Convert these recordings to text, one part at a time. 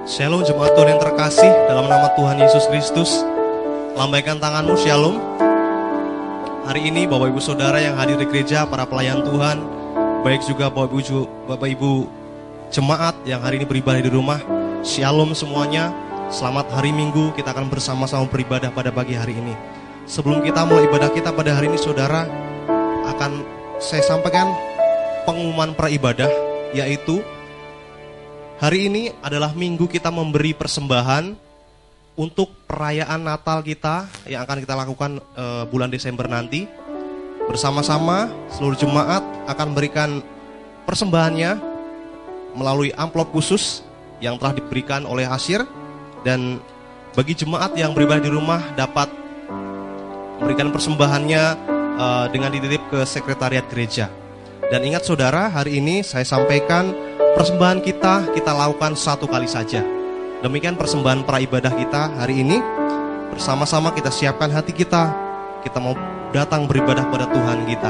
Shalom jemaat Tuhan yang terkasih, dalam nama Tuhan Yesus Kristus, lambaikan tanganmu, shalom. Hari ini Bapak Ibu Saudara yang hadir di gereja, para pelayan Tuhan, baik juga Bapak Ibu jemaat yang hari ini beribadah di rumah, shalom semuanya. Selamat hari Minggu, kita akan bersama-sama beribadah pada pagi hari ini. Sebelum kita mulai ibadah kita pada hari ini, Saudara, akan saya sampaikan pengumuman preibadah, yaitu hari ini adalah minggu kita memberi persembahan untuk perayaan Natal kita yang akan kita lakukan bulan Desember nanti. Bersama-sama seluruh jemaat akan memberikan persembahannya melalui amplop khusus yang telah diberikan oleh Asyir. Dan bagi jemaat yang beribadah di rumah dapat memberikan persembahannya dengan dititip ke sekretariat gereja. Dan ingat saudara, hari ini saya sampaikan persembahan kita lakukan satu kali saja. Demikian persembahan praibadah kita hari ini. Bersama-sama kita siapkan hati kita. Kita mau datang beribadah pada Tuhan kita.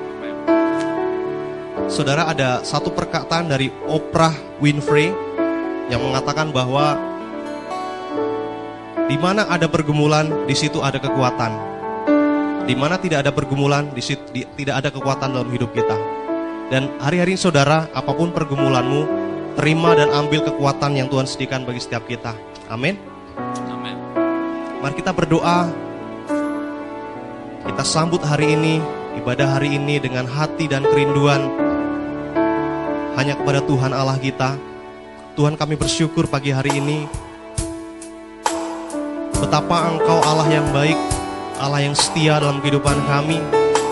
Saudara, ada satu perkataan dari Oprah Winfrey yang mengatakan bahwa di mana ada pergumulan, di situ ada kekuatan. Di mana tidak ada pergumulan, di situ tidak ada kekuatan dalam hidup kita. Dan hari-hari ini saudara, apapun pergumulanmu, terima dan ambil kekuatan yang Tuhan sediakan bagi setiap kita. Amin. Amin. Mari kita berdoa. Kita sambut hari ini, ibadah hari ini dengan hati dan kerinduan hanya kepada Tuhan Allah kita. Tuhan, kami bersyukur pagi hari ini betapa Engkau Allah yang baik, Allah yang setia dalam kehidupan kami.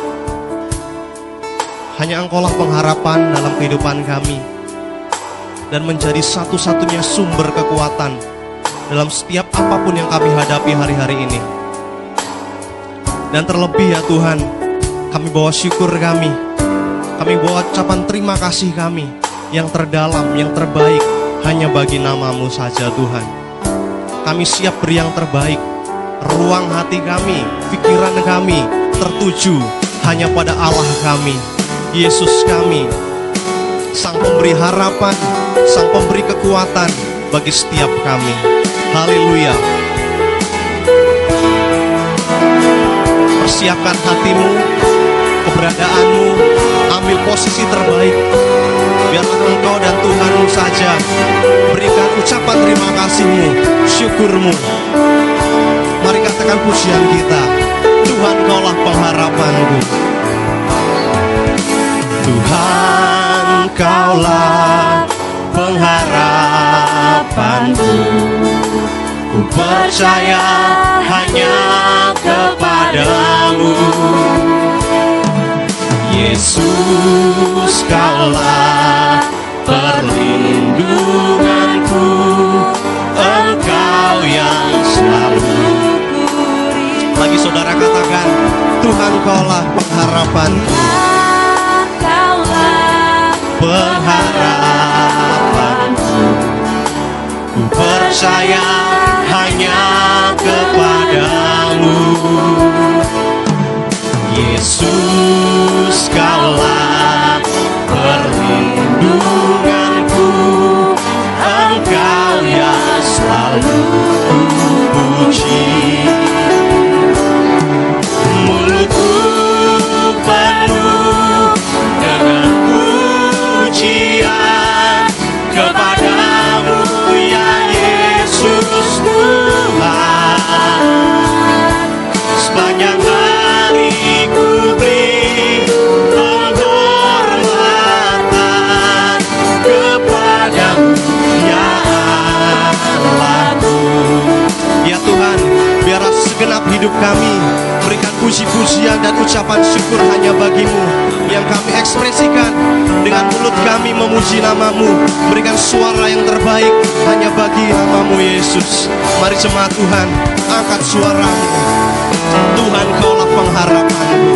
Hanya Engkaulah pengharapan dalam kehidupan kami dan menjadi satu-satunya sumber kekuatan dalam setiap apapun yang kami hadapi hari-hari ini. Dan terlebih ya Tuhan, kami bawa syukur kami bawa ucapan terima kasih kami yang terdalam, yang terbaik hanya bagi nama-Mu saja Tuhan. Kami siap beri yang terbaik. Ruang hati kami, pikiran kami tertuju hanya pada Allah kami, Yesus kami, Sang pemberi harapan, Sang pemberi kekuatan bagi setiap kami. Haleluya. Persiapkan hatimu, keberadaanmu, ambil posisi terbaik. Biarlah Engkau dan Tuhanmu saja berikan ucapan terima kasihmu, syukurmu. Mari katakan pujian kita, Tuhan Kaulah pengharapanku. Tuhan Kaulah pengharapanku, ku percaya hanya kepadamu. Yesus Kaulah perlindunganku, Engkau yang selalu. Lagi saudara katakan, Tuhan Kaulah pengharapanku, pengharapanku, ku percaya hanya kepadamu. Yesus Kaulah perlindunganku, Engkau yang selalu ku puji. Mulutku penuh dengan pujian kepadamu ya Yesus Tuhan. Sepanjang hari ku beri penghormatan kepadamu ya Allahku. Ya Tuhan, biarlah segenap hidup kami berikan puji-pujian dan ucapan syukur hanya bagimu, yang kami ekspresikan dengan mulut kami memuji nama-Mu, berikan suara yang terbaik hanya bagi nama-Mu Yesus. Mari jemaat Tuhan, angkat suaramu. Tuhan Kaulah pengharapanku,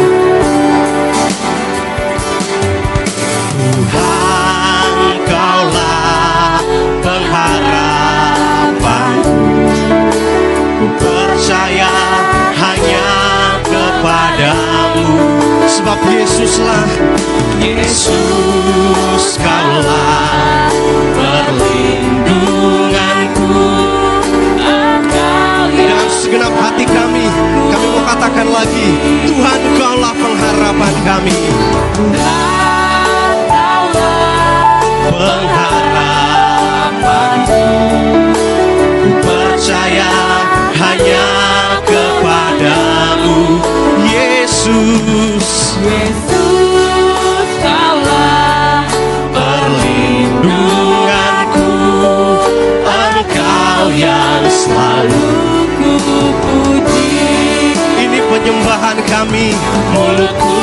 Tuhan Kaulah pengharapanku, ku percaya hanya kepadamu. Sebab Yesuslah, Yesus Kaulah perlindunganku, pengharapanku. Ku percaya hanya kepadamu, Yesus. Yesus, Kaulah perlindunganku, Engkau yang selalu ku puji. Ini penyembahan kami, mulutku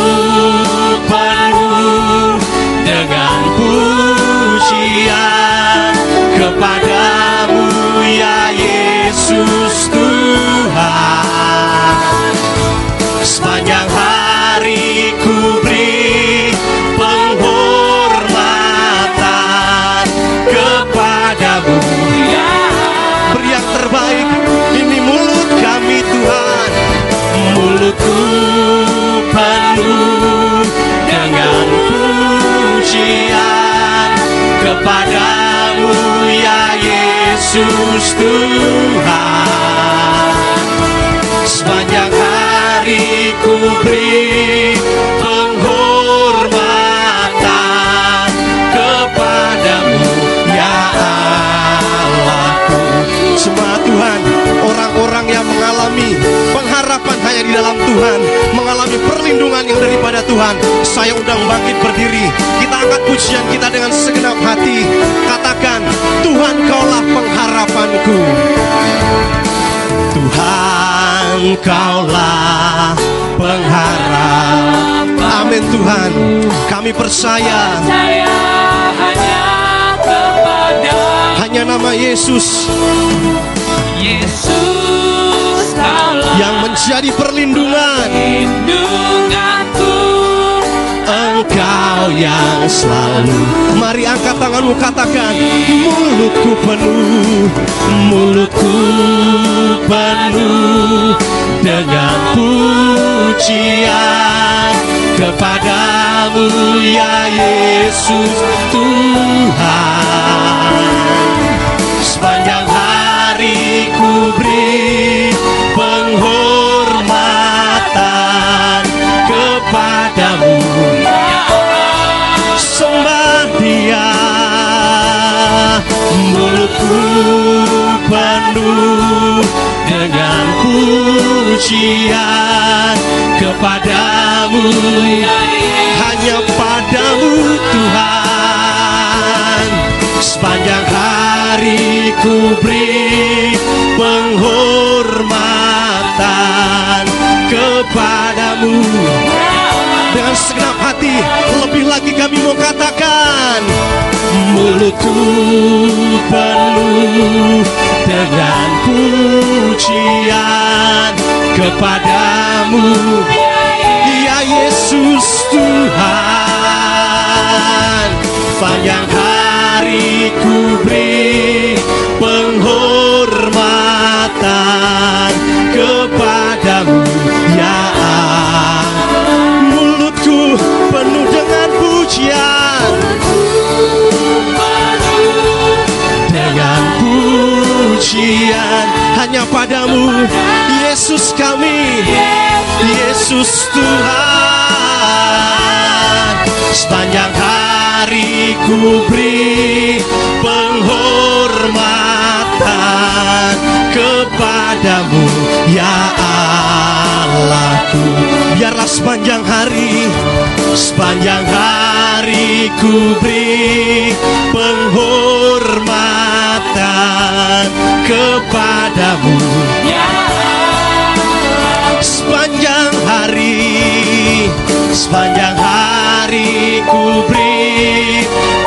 penuh dengan pujian kepadamu ya Yesus Tuhan. Sepanjang hari ku beri penghormatan kepadamu ya. Beri yang terbaik, ini mulut kami Tuhan. Mulutku penuh dengan pujian kepadamu ya Yesus Tuhan. Sepanjang hari ku beri penghormatan kepadamu ya Allahku. Semua Tuhan, orang-orang yang mengalami pengharapan hanya di dalam Tuhan, mengalami perlindungan yang daripada Tuhan, saya undang bangkit berdiri. Kita angkat pujian kita dengan segenap hati. Katakan, Tuhan Kaulah pengharapanku. Tuhan Kaulah pengharap. Amin Tuhan, kami percaya hanya kepada hanya nama Yesus, Yesus, Kaulah yang menjadi perlindungan. perlindunganku. Engkau yang selalu. Mari angkat tanganmu, katakan, mulutku penuh, mulutku penuh dengan pujian kepadamu ya Yesus Tuhan. Sepanjang hari ku beri penghormatan kepadamu, sembah Dia. Mulutku penuh dengan pujian kepadamu, hanya padamu Tuhan. Sepanjang hari ku beri penghormatan kepadamu. Dengan segenap hati, lebih lagi kami mau katakan, mulutku penuh dengan pujian kepadamu ya Yesus Tuhan. Sepanjang hari ku beri penghormatan kepadamu ya Allah. Mulutku penuh dengan pujian, dengan pujian hanya padamu Yesus kami, Yesus Tuhan. Sepanjang hari ku beri penghormatan kepadamu ya Allahku. Biarlah sepanjang hari ku beri penghormatan kepadamu ya. Sepanjang hari ku beri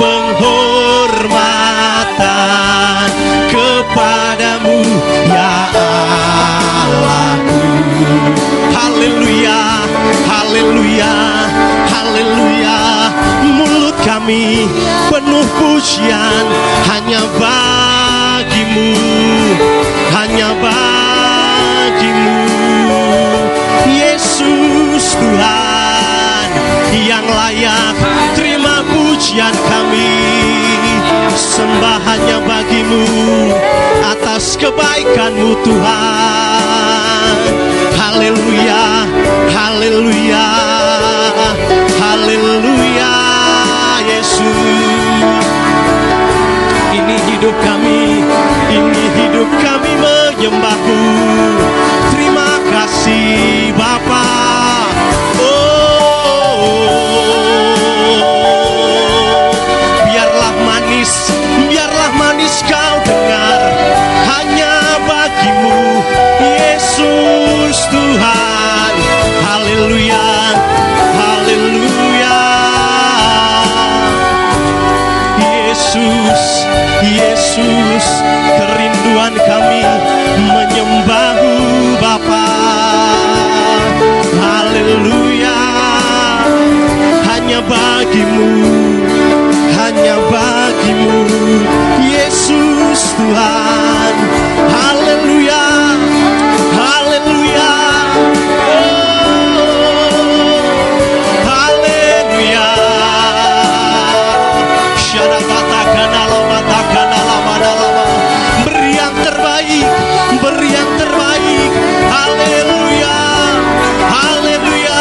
penghormatan kepadamu ya Allahku. Haleluya, haleluya, haleluya. Mulut kami penuh pujian hanya bagimu, hanya bagimu Yesus Tuhan, yang layak terima pujian kami. Sembah hanya bagimu atas kebaikanmu Tuhan. Haleluya, haleluya, haleluya Yesus. Yesus, kerinduan kami menyembah-Mu Bapa. Haleluya. Hanya bagimu, hanya bagimu Yesus Tuhan. Haleluya, haleluya, oh, haleluya. Beri yang terbaik, beri yang terbaik. Haleluya, haleluya.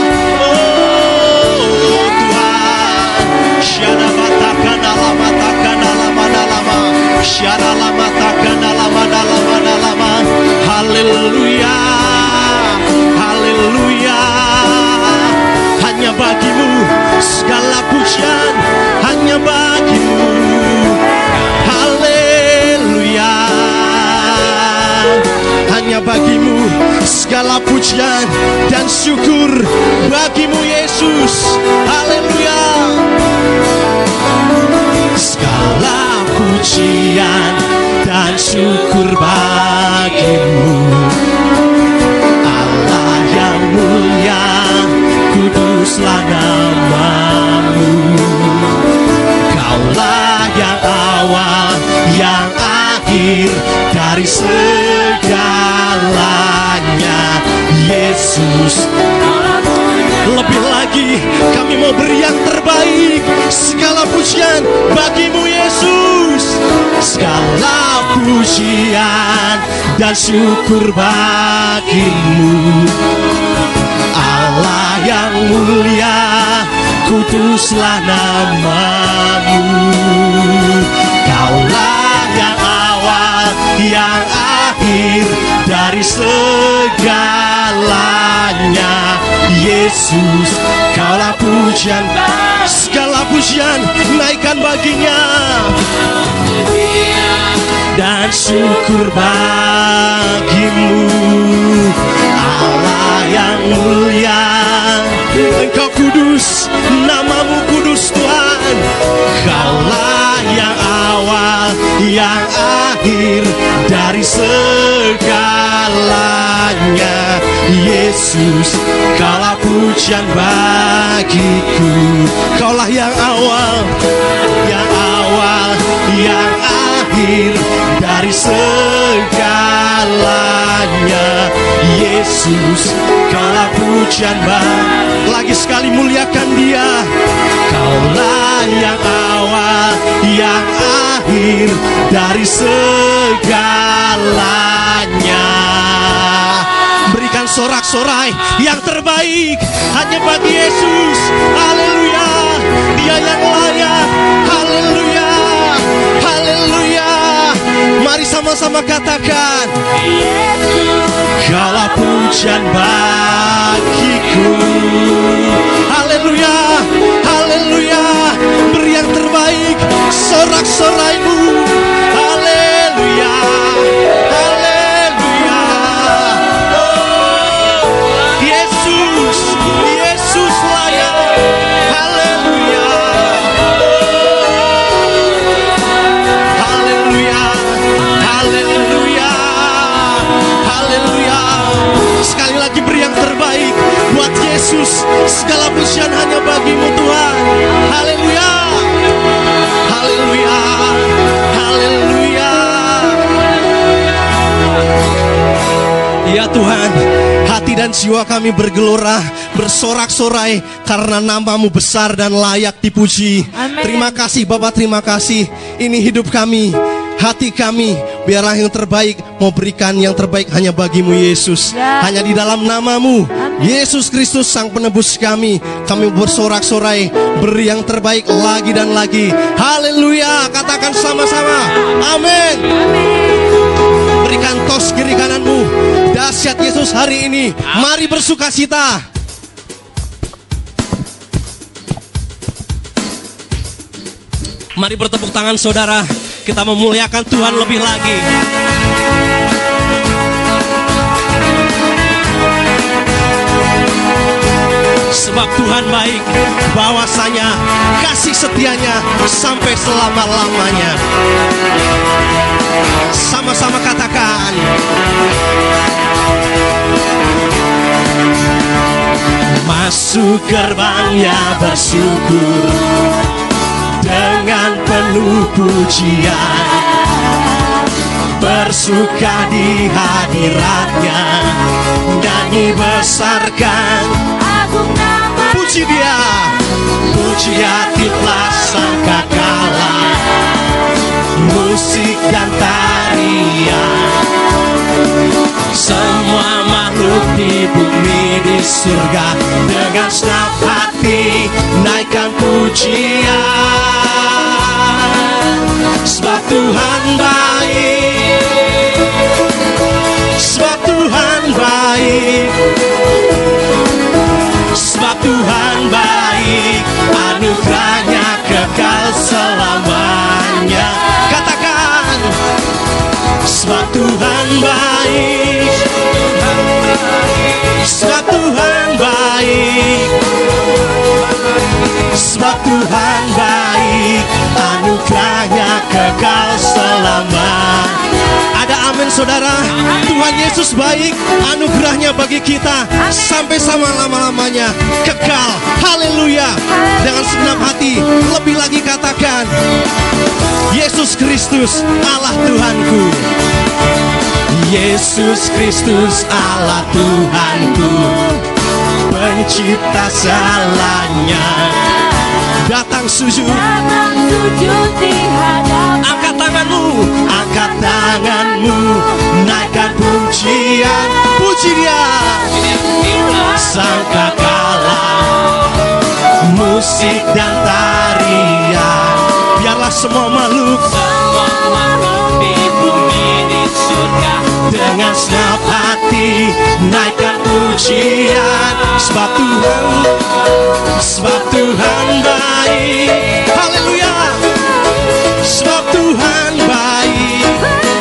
Haleluya, haleluya. Hanya bagimu segala pujian, hanya bagimu. Haleluya, hanya bagimu segala pujian dan syukur bagimu Yesus. Haleluya. Segala pujian dan syukur bagimu, Allah yang mulia, kuduslah nama-Mu. Kaulah yang awal, yang akhir dari segalanya, Yesus. Lebih lagi kami mau beri yang terbaik, segala pujian bagimu Yesus. Segala pujian dan syukur bagimu, Allah yang mulia, kuduslah nama-Mu. Kaulah yang awal, yang akhir dari segalanya, Yesus. Kaulah pujian, segala pujian naikkan baginya, dan syukur bagimu, Allah yang mulia. Engkau kudus, nama-Mu kudus Tuhan. Kaulah yang awal, yang akhir dari segalanya, Yesus. Kaulah pujian bagiku. Kaulah yang awal, yang awal, yang akhir dari segalanya, Yesus. Kaulah pujian lagi sekali muliakan Dia. Kaulah yang awal, yang akhir dari segalanya. Berikan sorak-sorai yang terbaik hanya bagi Yesus. Haleluya, Dia yang layak. Haleluya, haleluya. Mari sama-sama katakan, Kaulah pujian bagiku. Haleluya, haleluya. Beri yang terbaik, sorak-soraimu. Haleluya, haleluya. Oh, Yesus, Yesus layak. Haleluya, haleluya, haleluya, haleluya. Sekali lagi beri yang terbaik buat Yesus. Segala pujian hanya bagimu Tuhan. Haleluya, haleluya, haleluya. Ya Tuhan, hati dan jiwa kami bergelora, bersorak-sorai karena nama-Mu besar dan layak dipuji. Amin. Terima kasih Bapak, terima kasih. Ini hidup kami, hati kami, biarlah yang terbaik, mau berikan yang terbaik hanya bagimu Yesus. Ya. Hanya di dalam nama-Mu, Amin. Yesus Kristus Sang Penebus kami bersorak-sorai, beri yang terbaik lagi dan lagi. Haleluya, katakan sama-sama, amin. Berikan tos kiri kananmu, dahsyat Yesus hari ini. Mari bersukacita. Mari bertepuk tangan saudara, kita memuliakan Tuhan lebih lagi. Sebab Tuhan baik, bahwasanya kasih setianya sampai selama-lamanya. Sama-sama katakan. Masuk gerbangnya bersyukur dengan penuh pujian, bersuka di hadiratnya, nyanyi besarkan Agung nama puji dia, puji hatilah sangkakala, musik dan tarian, semua makhluk di bumi di surga dengan senang hati naikkan pujian. Sebab Tuhan baik, sebab Tuhan baik, sebab Tuhan baik, anugerahnya kekal selamanya. Katakan, sebab Tuhan baik, sebab Tuhan baik, sebab Tuhan baik, anugerahnya kekal selamanya. Ada amin saudara. Tuhan Yesus baik, anugerahnya bagi kita sampai selama-lamanya kekal. Haleluya. Dengan segenap hati lebih lagi katakan, Yesus Kristus Allah Tuhanku, Yesus Kristus Allah Tuhanku, pencipta segalanya, datang sujud di hadapan. angkat tanganmu, angkat tanganmu, naikkan pujian, puji dia, sangkakala, musik dan tarian, biarlah semua makhluk di bumi di surga dengan senang hati naikkan pujian. Sebab Tuhan baik, haleluya. Sebab Tuhan baik,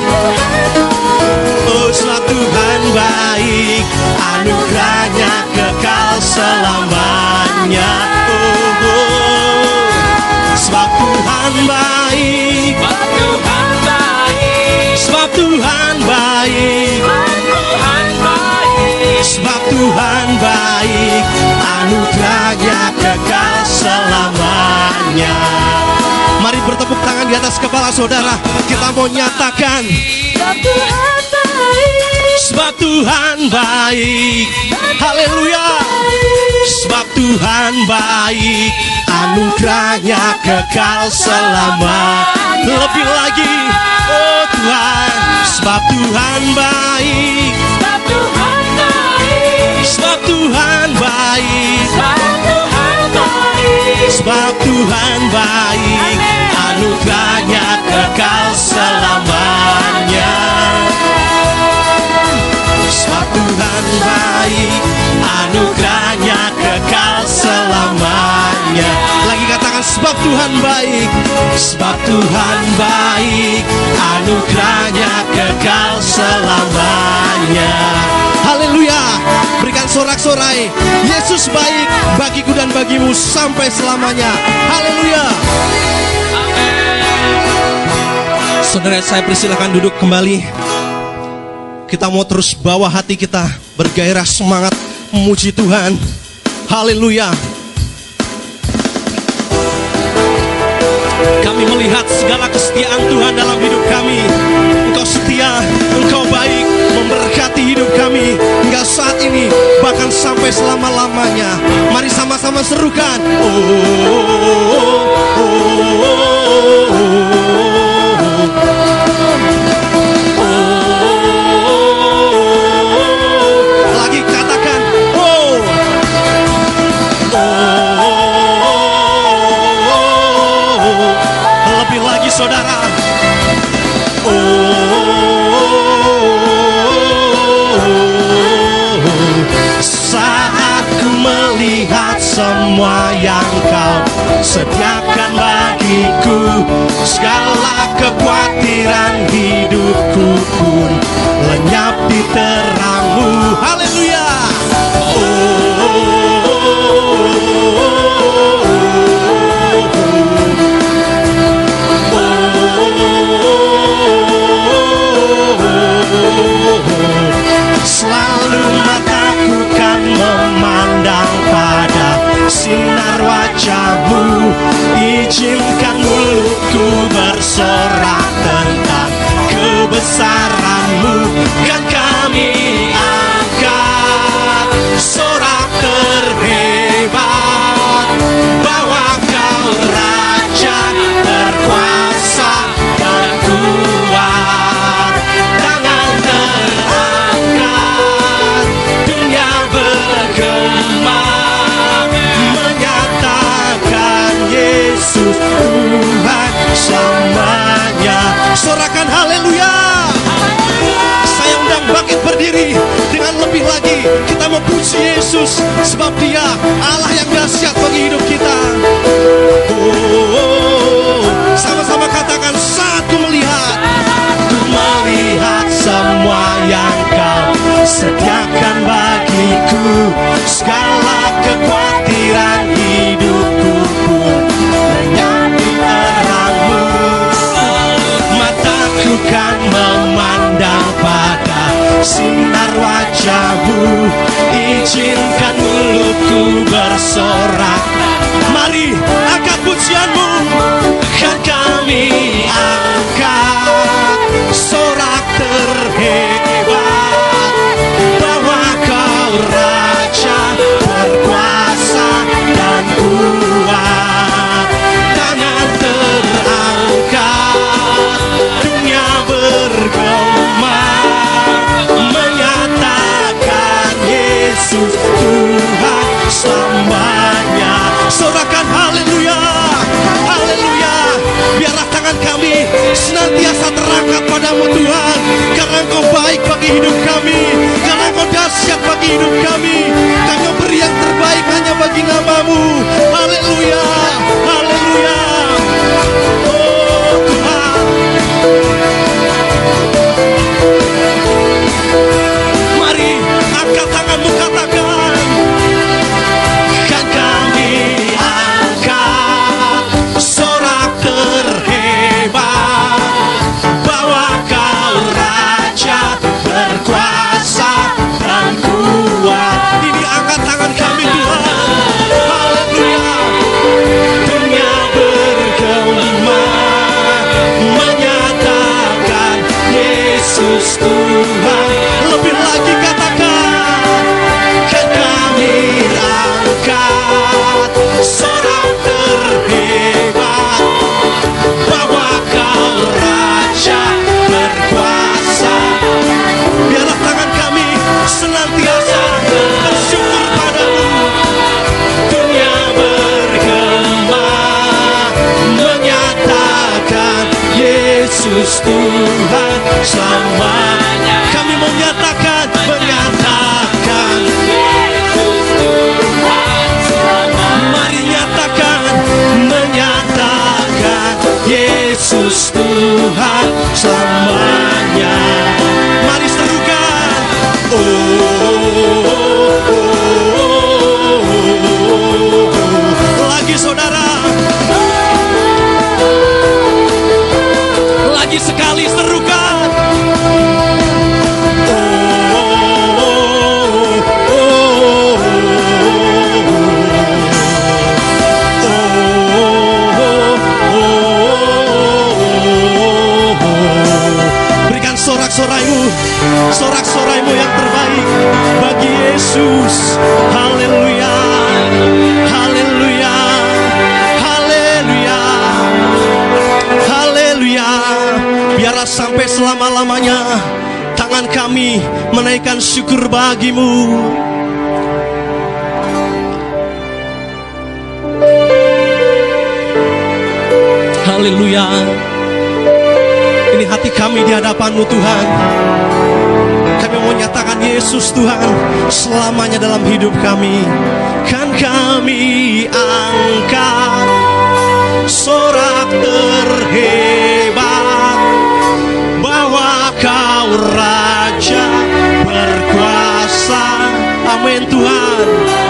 oh sebab Tuhan baik, anugerahnya kekal selamanya. Oh, oh. Sebab Tuhan baik, Tuhan baik, sebab Tuhan baik, Tuhan baik, sebab Tuhan baik, anugerahnya kekal selamanya. Mari bertepuk tangan di atas kepala saudara. Kita mau nyatakan, Sebab Tuhan baik, sebab Tuhan baik, haleluya. Sebab Tuhan baik, anugerahnya kekal selamanya. Lebih lagi, oh Tuhan, sebab Tuhan baik, sebab Tuhan baik, sebab Tuhan baik, sebab Tuhan baik, sebab Tuhan baik, anugerahnya kekal selamanya. Sebab Tuhan baik, anugerahnya kekal selamanya. Lagi katakan, sebab Tuhan baik, sebab Tuhan baik, anugerahnya kekal selamanya. Haleluya. Berikan sorak-sorai, Yesus baik bagiku dan bagimu sampai selamanya. Haleluya. Saudara, saya persilakan duduk kembali. Kita mau terus bawa hati kita bergairah semangat memuji Tuhan. Haleluya. Kami melihat segala kesetiaan Tuhan dalam hidup kami. Engkau setia, Engkau baik, memberkati hidup kami hingga saat ini, bahkan sampai selama-lamanya. Mari sama-sama serukan. Oh, oh, oh, oh. Lagi katakan, oh, oh, lebih lagi saudara. Saat ku melihat semua yang kau sediakan bagiku, segala kekhawatiran hidupku pun lenyap di terang-Mu. Haleluya. Oh, kebesaran-Mu kan kami angkat. Sorak terhebat bahwa Kau Raja berkuasa dan kuat. Tangan terangkat, dunia bergema menyatakan Yesus Tuhan selamanya. Sorakan haleluya. Saya undang bangkit berdiri dengan lebih lagi kita memuji Yesus, sebab Dia Allah yang dahsyat bagi hidup kita. Sama-sama katakan, saat ku melihat semua yang Kau sediakan bagiku, segala kekhawatiran hidupku pun menjadi terang-Mu. Mataku kan memandang pada sinar wajah-Mu, izinkan mulutku bersorak. Mari angkat pujian-Mu, kan kami angkat. Sorak terhebat bahwa Kau Raja berkuasa dan kuat. Tangan terangkat, dunia bergema menyatakan Yesus Tuhan selamanya. Sorakan haleluya, haleluya. Biarlah tangan kami senantiasa terangkat padamu Tuhan, karena Engkau baik bagi hidup kami, karena Engkau dahsyat bagi hidup kami. Kami beri yang terbaik hanya bagi nama-Mu. Haleluya, haleluya. Oh Tuhan, mari angkat tanganmu, katakan, kan kami angkat. Sorak terhebat bahwa Kau Raja berkuasa dan kuat. Ini angkat tangan kami Tuhan. Haleluya. Dunia bergema menyatakan Yesus Tuhan. Lebih lagi katakan, kan kami angkat. Sorak terhebat bahwa Kau Raja berkuasa. Biarlah tangan kami senantiasa bersyukur padamu. Dunia bergema menyatakan Yesus Tuhan selamanya. Kami menyatakan Yesus Tuhan selamanya. Mari nyatakan, menyatakan Yesus Tuhan selamanya. Mari serukan. Oh, oh, oh, oh. Lagi saudara, lagi sekali serukan. Sorak-soraimu, sorak-soraimu yang terbaik bagi Yesus. Haleluya, haleluya, haleluya, haleluya. Biarlah sampai selama-lamanya tangan kami menaikkan syukur bagi-Mu. Haleluya. Ini hati kami di hadapan-Mu Tuhan. Kami mau nyatakan Yesus Tuhan selamanya dalam hidup kami. Kan kami angkat sorak terhebat bahwa Kau Raja berkuasa. Amin Tuhan.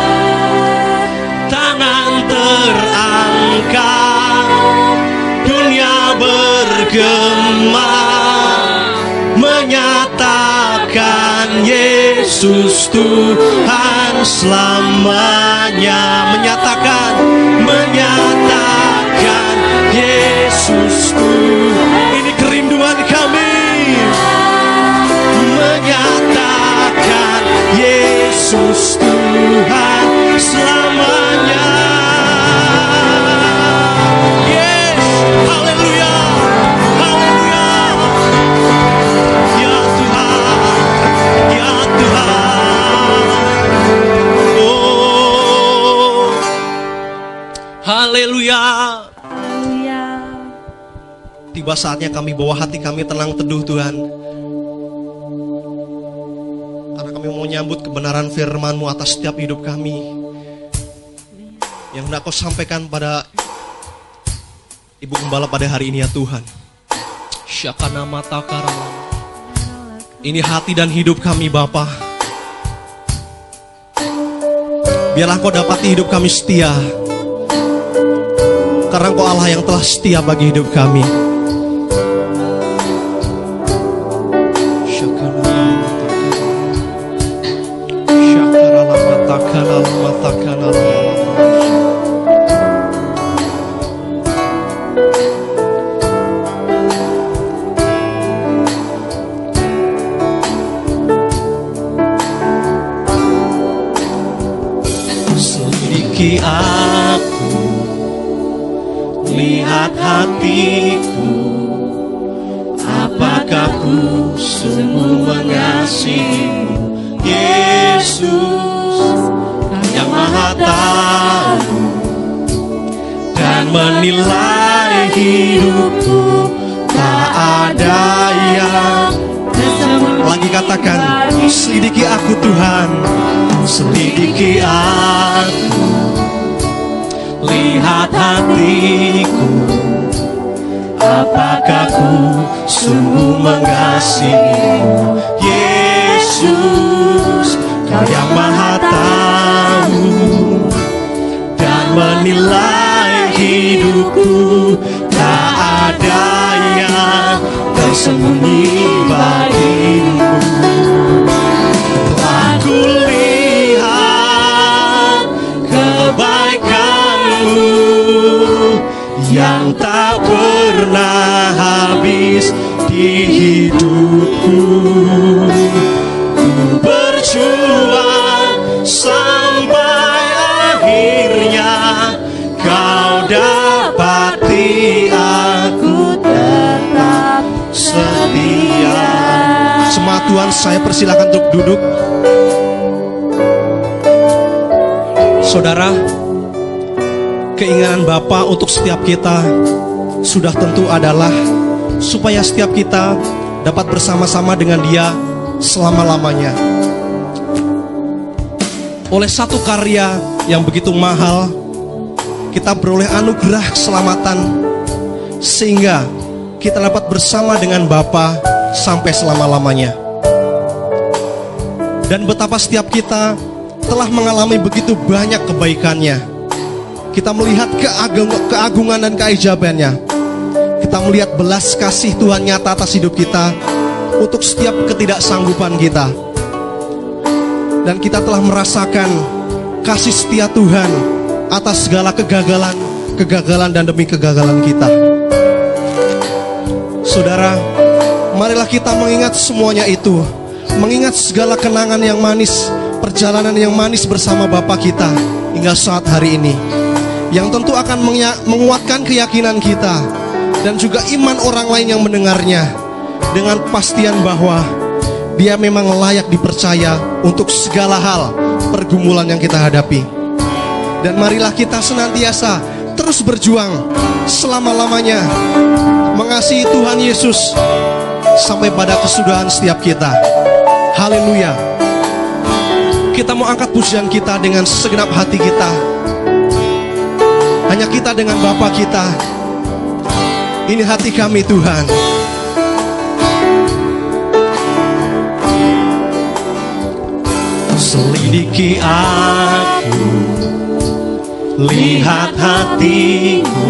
Tangan terangkat, dunia bergema menyatakan Yesus Tuhan selamanya. Menyatakan Yesus Tuhan. Ini kerinduan kami. saatnya kami bawa hati kami tenang teduh Tuhan. Karena kami mau menyambut kebenaran firman-Mu atas setiap hidup kami. Yang hendak Kau sampaikan pada Ibu Gembala pada hari ini ya Tuhan. Syakana mata karama. Ini hati dan hidup kami Bapa. Biarlah Kau dapati hidup kami setia. Karena Kau Allah yang telah setia bagi hidup kami. Selidiki aku, lihat hatiku, apakah ku sungguh mengasihimu, Yesus yang Maha Tahu, dan menilai hidupku tak ada yang. Lagi katakan, selidiki aku Tuhan, selidiki aku, lihat hatiku, apakah ku sungguh mengasihimu, Yesus, Kau yang Maha Tahu, dan menilai hidupku tak ada yang tersembunyi bagimu. Aku lihat kebaikan-Mu yang tak pernah habis di hidupku. Ku berjuang sampai akhirnya Kau dapati aku tetap setia. Jemaat Tuhan, saya persilakan untuk duduk. Saudara, keinginan Bapa untuk setiap kita sudah tentu adalah supaya setiap kita dapat bersama-sama dengan Dia selama-lamanya. Oleh satu karya yang begitu mahal, kita beroleh anugerah keselamatan sehingga kita dapat bersama dengan Bapa sampai selama-lamanya. Dan betapa setiap kita telah mengalami begitu banyak kebaikannya. Kita melihat keagungan dan keajaibannya. Kita melihat belas kasih Tuhan nyata atas hidup kita untuk setiap ketidaksanggupan kita. Dan kita telah merasakan kasih setia Tuhan atas segala kegagalan dan demi kegagalan kita. Saudara, marilah kita mengingat semuanya itu, mengingat segala kenangan yang manis, perjalanan yang manis bersama Bapa kita hingga saat hari ini, yang tentu akan menguatkan keyakinan kita dan juga iman orang lain yang mendengarnya dengan kepastian bahwa Dia memang layak dipercaya untuk segala hal pergumulan yang kita hadapi. Dan marilah kita senantiasa terus berjuang selama-lamanya mengasihi Tuhan Yesus sampai pada kesudahan setiap kita. Haleluya. Kita mau angkat pujian kita dengan segenap hati kita. Hanya kita dengan Bapa kita. Ini hati kami Tuhan. Selidiki aku, lihat hatiku,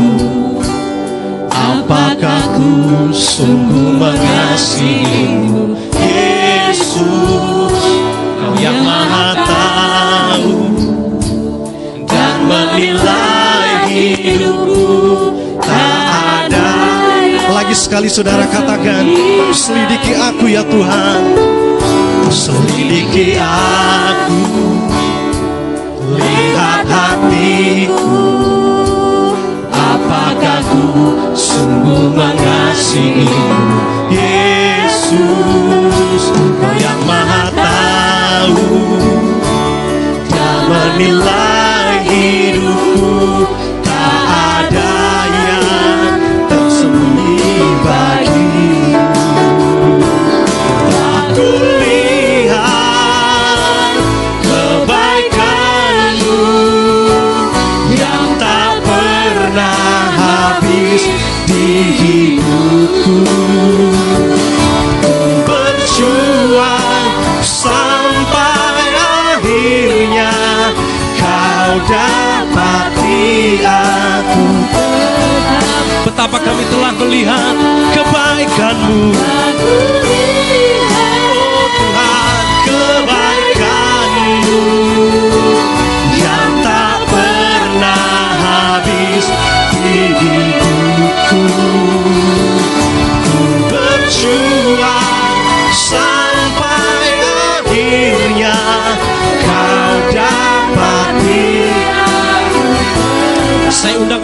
apakah ku sungguh mengasihimu, Yesus, Kau yang Maha Tahu, dan menilai hidupku tak ada. Lagi sekali saudara katakan, selidiki aku ya Tuhan. Selidiki aku, lihat hatiku, apakah ku sungguh mengasihimu, Yesus, Kau yang Maha Tahu, dan menilai hidupku tak ada yang tersembunyi.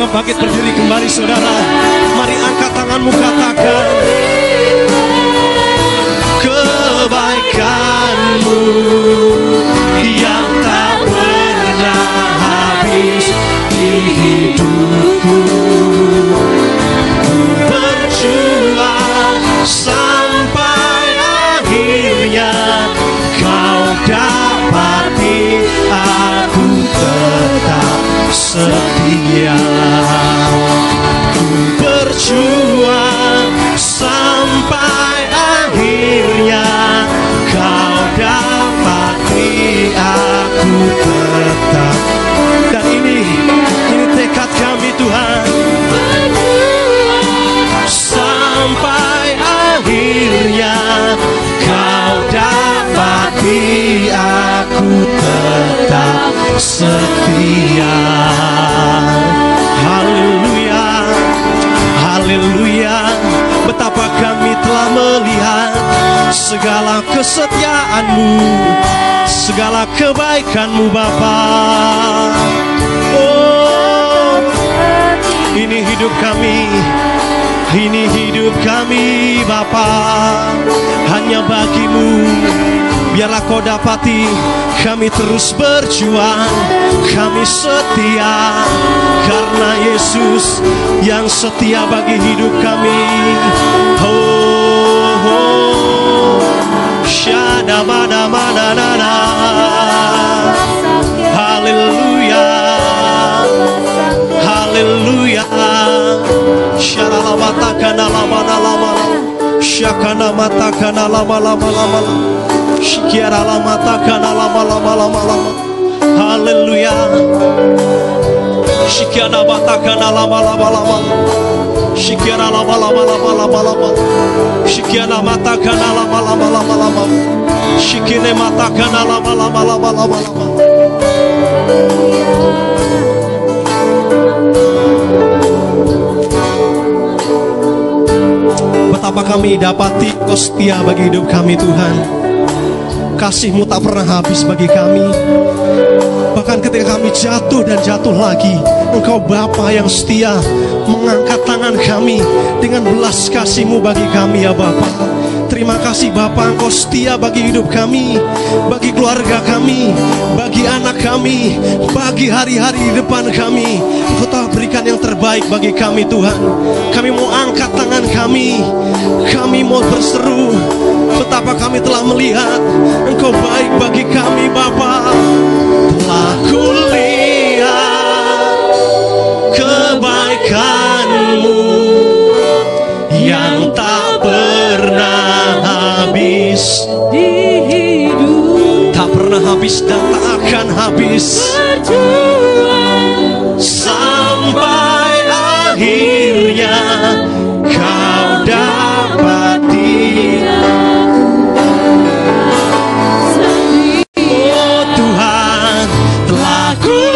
bangkit berdiri kembali saudara. Mari angkat tanganmu, katakan kebaikanmu yang tak pernah habis di hidupku. Ku berjuang sampai akhirnya kau dapati aku tetap setia. Ku berjuang sampai akhirnya kau dapati aku tetap. Dan ini tekad kami Tuhan. Sampai akhirnya kau dapati aku tetap setia. Haleluya, haleluya. Betapa kami telah melihat segala kesetiaan-Mu, segala kebaikan-Mu Bapa. Oh, ini hidup kami, ini hidup kami Bapa, hanya bagi-Mu. Biarlah Kau dapati kami terus berjuang, kami setia karena Yesus yang setia bagi hidup kami. Oh, oh. Shadamadamana. Haleluya, haleluya. Shalalabatakana lama-lama, syakana matakana lama-lama, shikiara lamatakana lama-lama. Haleluya. Shikiana matakana lama-lama, shikiara lama-lama, shikiana matakana lama-lama, shikine matakana lama-lama. Betapa kami dapati Kau setia bagi hidup kami Tuhan. Kasih-Mu tak pernah habis bagi kami. Bahkan ketika kami jatuh dan jatuh lagi, Engkau Bapa yang setia mengangkat tangan kami dengan belas kasih-Mu bagi kami ya Bapa. Terima kasih Bapa, Engkau setia bagi hidup kami, bagi keluarga kami, bagi anak kami, bagi hari-hari di depan kami. Engkau telah berikan yang terbaik bagi kami Tuhan. Kami mau angkat tangan kami mau berseru betapa kami telah melihat Engkau baik bagi kami Bapa. Telah kulihat kebaikan-Mu yang tak pernah habis di hidup, tak pernah habis dan tak akan habis. berjuang Sampai akhirnya Kau dapati. Oh Tuhan, telah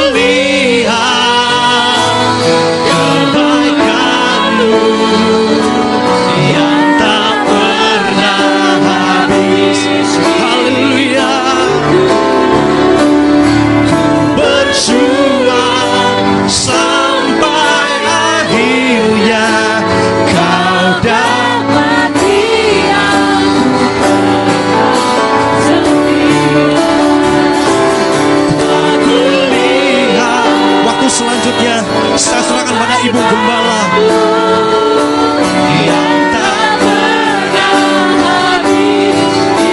kulihat kebaikan-Mu yang tak pernah habis. Haleluya. Berjuang sampai akhirnya Kau dapati aku lihat. Waktu selanjutnya saya serahkan pada Ibu Gembala yang tak pernah habis di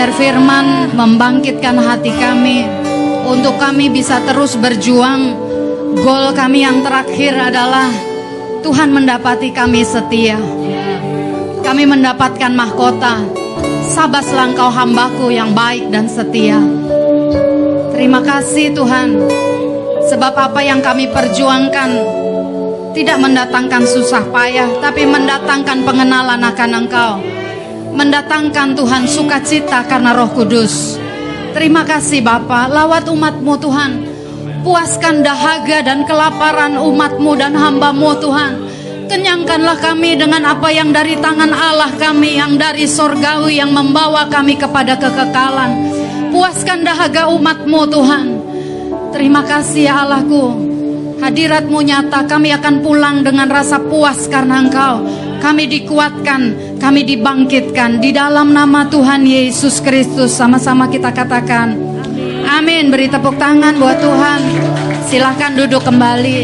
biar firman membangkitkan hati kami untuk kami bisa terus berjuang. Goal kami yang terakhir adalah Tuhan mendapati kami setia. Kami mendapatkan mahkota. Sabaslah Engkau hambaku yang baik dan setia. Terima kasih Tuhan, sebab apa yang kami perjuangkan tidak mendatangkan susah payah, tapi mendatangkan pengenalan akan Engkau. Mendatangkan Tuhan sukacita karena Roh Kudus. Terima kasih Bapa, lawat umat-Mu Tuhan. Puaskan dahaga dan kelaparan umat-Mu dan hamba-Mu Tuhan. Kenyangkanlah kami dengan apa yang dari tangan Allah kami, yang dari sorgawi, yang membawa kami kepada kekekalan. Puaskan dahaga umat-Mu Tuhan. Terima kasih ya Allahku. Hadirat-Mu nyata, kami akan pulang dengan rasa puas karena Engkau. Kami dikuatkan, kami dibangkitkan di dalam nama Tuhan Yesus Kristus. Sama-sama kita katakan amin. Beri tepuk tangan buat Tuhan. Silahkan duduk kembali.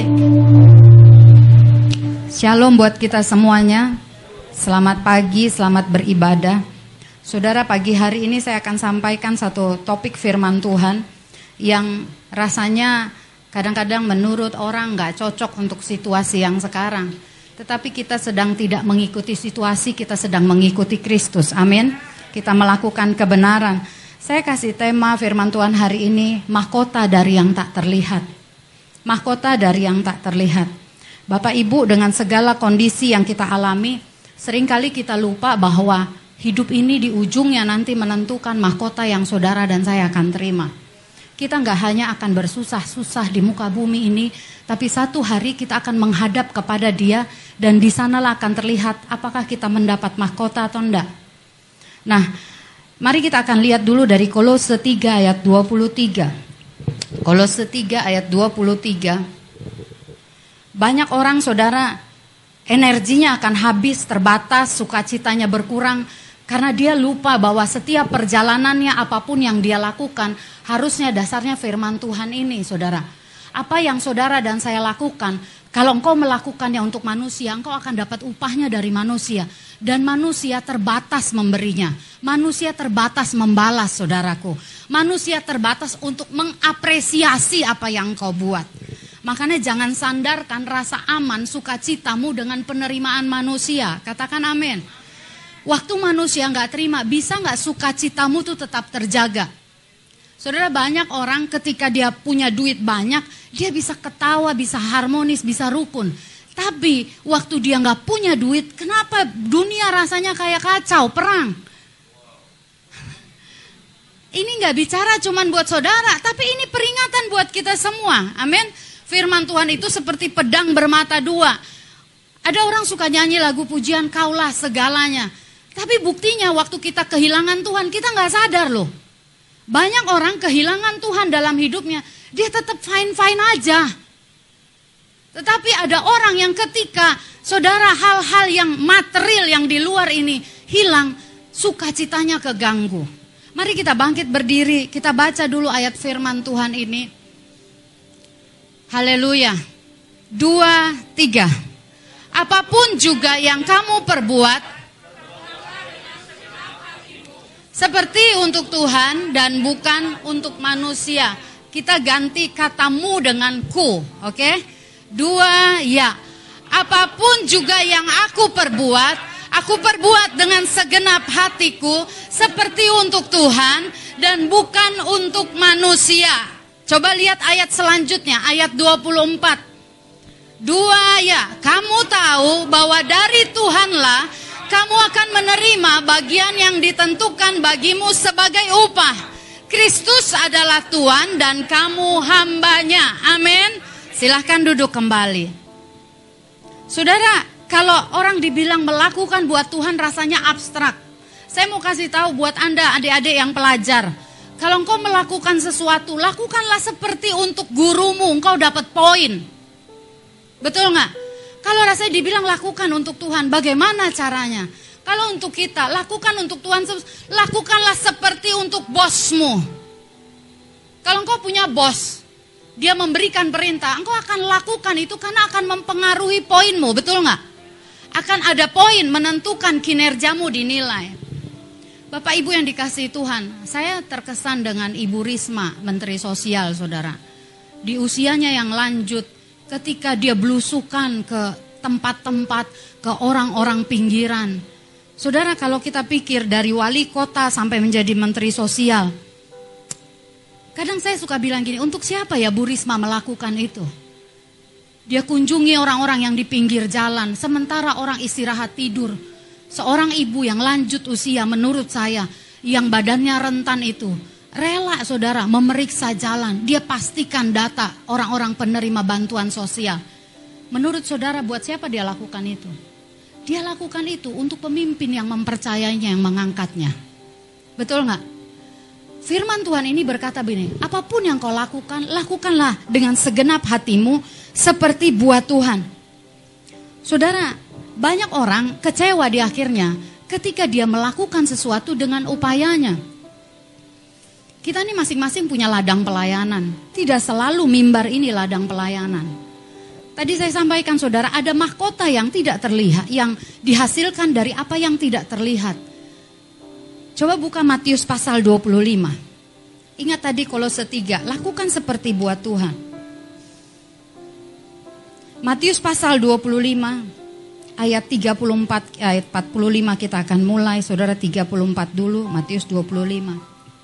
Shalom buat kita semuanya. Selamat pagi, selamat beribadah. Saudara, pagi hari ini saya akan sampaikan satu topik firman Tuhan yang rasanya kadang-kadang menurut orang gak cocok untuk situasi yang sekarang. Tetapi kita sedang tidak mengikuti situasi, kita sedang mengikuti Kristus. Amin. Kita melakukan kebenaran. Saya kasih tema firman Tuhan hari ini, mahkota dari yang tak terlihat. Mahkota dari yang tak terlihat. Bapak Ibu, dengan segala kondisi yang kita alami, seringkali kita lupa bahwa hidup ini di ujungnya nanti menentukan mahkota yang saudara dan saya akan terima. Kita nggak hanya akan bersusah-susah di muka bumi ini, tapi satu hari kita akan menghadap kepada Dia dan di sanalah akan terlihat apakah kita mendapat mahkota atau enggak. Nah, mari kita akan lihat dulu dari Kolose 3 ayat 23. Kolose 3 ayat 23. Banyak orang saudara energinya akan habis, terbatas, sukacitanya berkurang karena dia lupa bahwa setiap perjalanannya apapun yang dia lakukan harusnya dasarnya firman Tuhan ini saudara. Apa yang saudara dan saya lakukan, kalau engkau melakukannya untuk manusia, engkau akan dapat upahnya dari manusia. Dan manusia terbatas memberinya. Manusia terbatas membalas saudaraku. Manusia terbatas untuk mengapresiasi apa yang engkau buat. Makanya jangan sandarkan rasa aman, sukacitamu dengan penerimaan manusia. Katakan amin. Waktu manusia gak terima, bisa gak sukacitamu tuh tetap terjaga? Saudara, banyak orang ketika dia punya duit banyak, dia bisa ketawa, bisa harmonis, bisa rukun. Tapi waktu dia gak punya duit, kenapa dunia rasanya kayak kacau, perang? Ini gak bicara cuman buat saudara, tapi ini peringatan buat kita semua. Amin. Firman Tuhan itu seperti pedang bermata dua. Ada orang suka nyanyi lagu pujian, Kaulah segalanya. Tapi buktinya waktu kita kehilangan Tuhan, kita gak sadar loh. Banyak orang kehilangan Tuhan dalam hidupnya, dia tetap fine-fine aja. Tetapi ada orang yang ketika saudara hal-hal yang material yang di luar ini hilang, sukacitanya keganggu. Mari kita bangkit berdiri, kita baca dulu ayat firman Tuhan ini. Haleluya. 2, 3. Apapun juga yang kamu perbuat, seperti untuk Tuhan dan bukan untuk manusia. Kita ganti katamu dengan ku, oke? 2, ya. Apapun juga yang aku perbuat dengan segenap hatiku, seperti untuk Tuhan dan bukan untuk manusia. Coba lihat ayat selanjutnya, ayat 24. 2, ya. Kamu tahu bahwa dari Tuhanlah kamu akan menerima bagian yang ditentukan bagimu sebagai upah. Kristus adalah Tuhan dan kamu hambanya. Amin. Silahkan duduk kembali. Saudara, kalau orang dibilang melakukan buat Tuhan rasanya abstrak. Saya mau kasih tahu buat Anda adik-adik yang pelajar. Kalau engkau melakukan sesuatu, lakukanlah seperti untuk gurumu, engkau dapat poin. Betul nggak? Kalau rasanya dibilang lakukan untuk Tuhan, bagaimana caranya? Kalau untuk kita, lakukan untuk Tuhan, lakukanlah seperti untuk bosmu. Kalau engkau punya bos, dia memberikan perintah, engkau akan lakukan itu karena akan mempengaruhi poinmu, betul nggak? Akan ada poin menentukan kinerjamu dinilai. Bapak Ibu yang dikasihi Tuhan, saya terkesan dengan Ibu Risma, Menteri Sosial, saudara. Di usianya yang lanjut, ketika dia belusukan ke tempat-tempat, ke orang-orang pinggiran. Saudara, kalau kita pikir dari wali kota sampai menjadi Menteri Sosial, kadang saya suka bilang gini, untuk siapa ya Bu Risma melakukan itu? Dia kunjungi orang-orang yang di pinggir jalan, sementara orang istirahat tidur. Seorang ibu yang lanjut usia menurut saya, yang badannya rentan itu, rela saudara memeriksa jalan. Dia pastikan data orang-orang penerima bantuan sosial. Menurut saudara buat siapa dia lakukan itu? Dia lakukan itu untuk pemimpin yang mempercayainya, yang mengangkatnya. Betul nggak? Firman Tuhan ini berkata begini, apapun yang kau lakukan, lakukanlah dengan segenap hatimu seperti buat Tuhan. Saudara, banyak orang kecewa di akhirnya ketika dia melakukan sesuatu dengan upayanya. Kita ini masing-masing punya ladang pelayanan. Tidak selalu mimbar ini ladang pelayanan. Tadi saya sampaikan saudara, ada mahkota yang tidak terlihat, yang dihasilkan dari apa yang tidak terlihat. Coba buka Matius pasal 25. Ingat tadi Kolose 3, lakukan seperti buat Tuhan. Matius pasal 25 ayat 34, ayat 45 kita akan mulai, saudara. 34 dulu, Matius 25.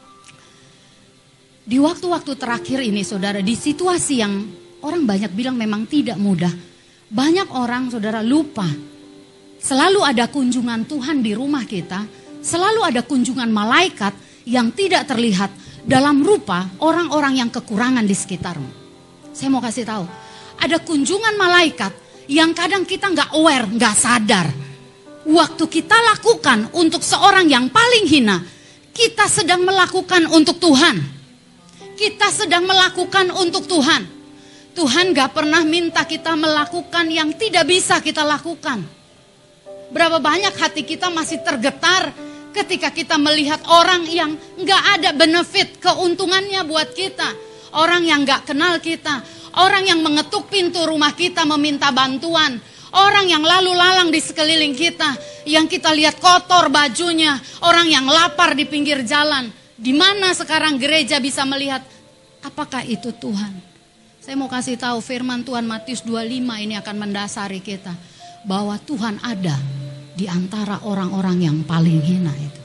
Di waktu-waktu terakhir ini saudara, di situasi yang orang banyak bilang memang tidak mudah, banyak orang saudara lupa. Selalu ada kunjungan Tuhan di rumah kita, selalu ada kunjungan malaikat yang tidak terlihat dalam rupa orang-orang yang kekurangan di sekitarmu. Saya mau kasih tahu, ada kunjungan malaikat yang kadang kita nggak aware, nggak sadar. Waktu kita lakukan untuk seorang yang paling hina, kita sedang melakukan untuk Tuhan. Kita sedang melakukan untuk Tuhan. Tuhan gak pernah minta kita melakukan yang tidak bisa kita lakukan. Berapa banyak hati kita masih tergetar ketika kita melihat orang yang gak ada benefit, keuntungannya buat kita. Orang yang gak kenal kita. Orang yang mengetuk pintu rumah kita meminta bantuan. Orang yang lalu lalang di sekeliling kita, yang kita lihat kotor bajunya. Orang yang lapar di pinggir jalan. Di mana sekarang gereja bisa melihat, apakah itu Tuhan? Saya mau kasih tahu firman Tuhan Matius 25 ini akan mendasari kita. Bahwa Tuhan ada di antara orang-orang yang paling hina itu.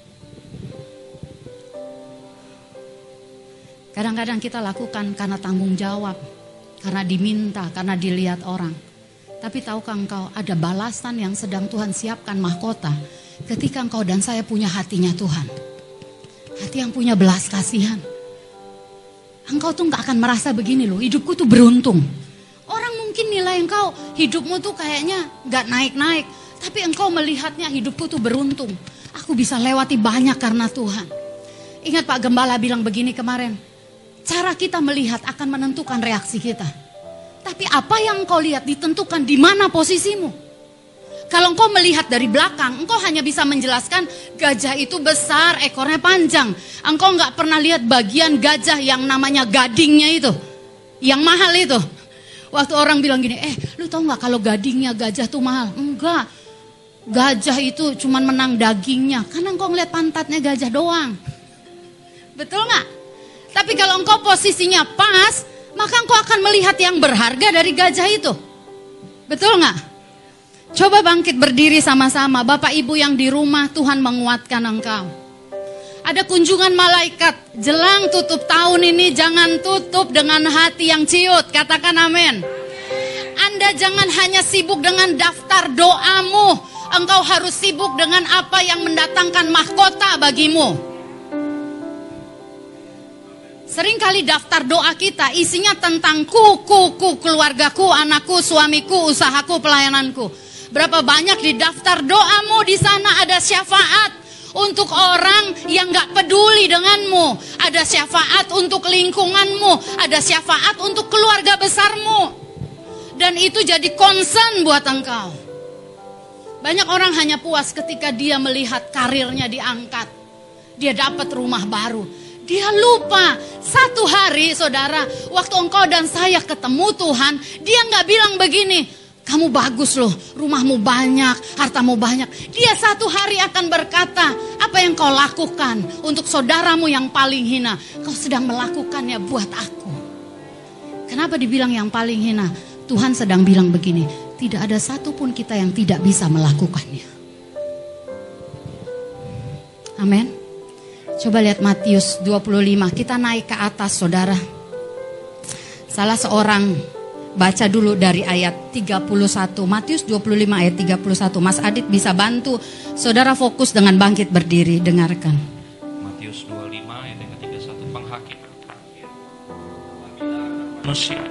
Kadang-kadang kita lakukan karena tanggung jawab, karena diminta, karena dilihat orang. Tapi tahukah engkau ada balasan yang sedang Tuhan siapkan mahkota ketika engkau dan saya punya hatinya Tuhan. Hati yang punya belas kasihan. Engkau tuh gak akan merasa begini loh, hidupku tuh beruntung. Orang mungkin nilai engkau, hidupmu tuh kayaknya gak naik-naik. Tapi engkau melihatnya hidupku tuh beruntung. Aku bisa lewati banyak karena Tuhan. Ingat Pak Gembala bilang begini kemarin. Cara kita melihat akan menentukan reaksi kita. Tapi apa yang engkau lihat ditentukan di mana posisimu. Kalau engkau melihat dari belakang, engkau hanya bisa menjelaskan gajah itu besar, ekornya panjang. Engkau nggak pernah lihat bagian gajah yang namanya gadingnya itu, yang mahal itu. Waktu orang bilang gini, lu tahu nggak kalau gadingnya gajah tuh mahal? Enggak, gajah itu cuman menang dagingnya, karena engkau ngeliat pantatnya gajah doang. Betul nggak? Tapi kalau engkau posisinya pas, maka engkau akan melihat yang berharga dari gajah itu. Betul nggak? Coba bangkit berdiri sama-sama. Bapak Ibu yang di rumah, Tuhan menguatkan engkau. Ada kunjungan malaikat. Jelang tutup tahun ini jangan tutup dengan hati yang ciut. Katakan amin. Anda jangan hanya sibuk dengan daftar doamu. Engkau harus sibuk dengan apa yang mendatangkan mahkota bagimu. Seringkali daftar doa kita isinya tentang ku, keluargaku, anakku, suamiku, usahaku, pelayananku. Berapa banyak di daftar doamu di sana ada syafaat untuk orang yang gak peduli denganmu. Ada syafaat untuk lingkunganmu. Ada syafaat untuk keluarga besarmu. Dan itu jadi concern buat engkau. Banyak orang hanya puas ketika dia melihat karirnya diangkat. Dia dapat rumah baru. Dia lupa, satu hari saudara, waktu engkau dan saya ketemu Tuhan, dia gak bilang begini, Kamu bagus loh, rumahmu banyak, hartamu banyak. Dia satu hari akan berkata, apa yang kau lakukan untuk saudaramu yang paling hina, kau sedang melakukannya buat aku. Kenapa dibilang yang paling hina? Tuhan sedang bilang begini, tidak ada satupun kita yang tidak bisa melakukannya. Amin. Coba lihat Matius 25, kita naik ke atas saudara. Salah seorang, baca dulu dari ayat 31, Matius 25 ayat 31. Mas Adit bisa bantu saudara fokus dengan bangkit berdiri, dengarkan. Matius 25 ayat yang ke-31, penghakim manusia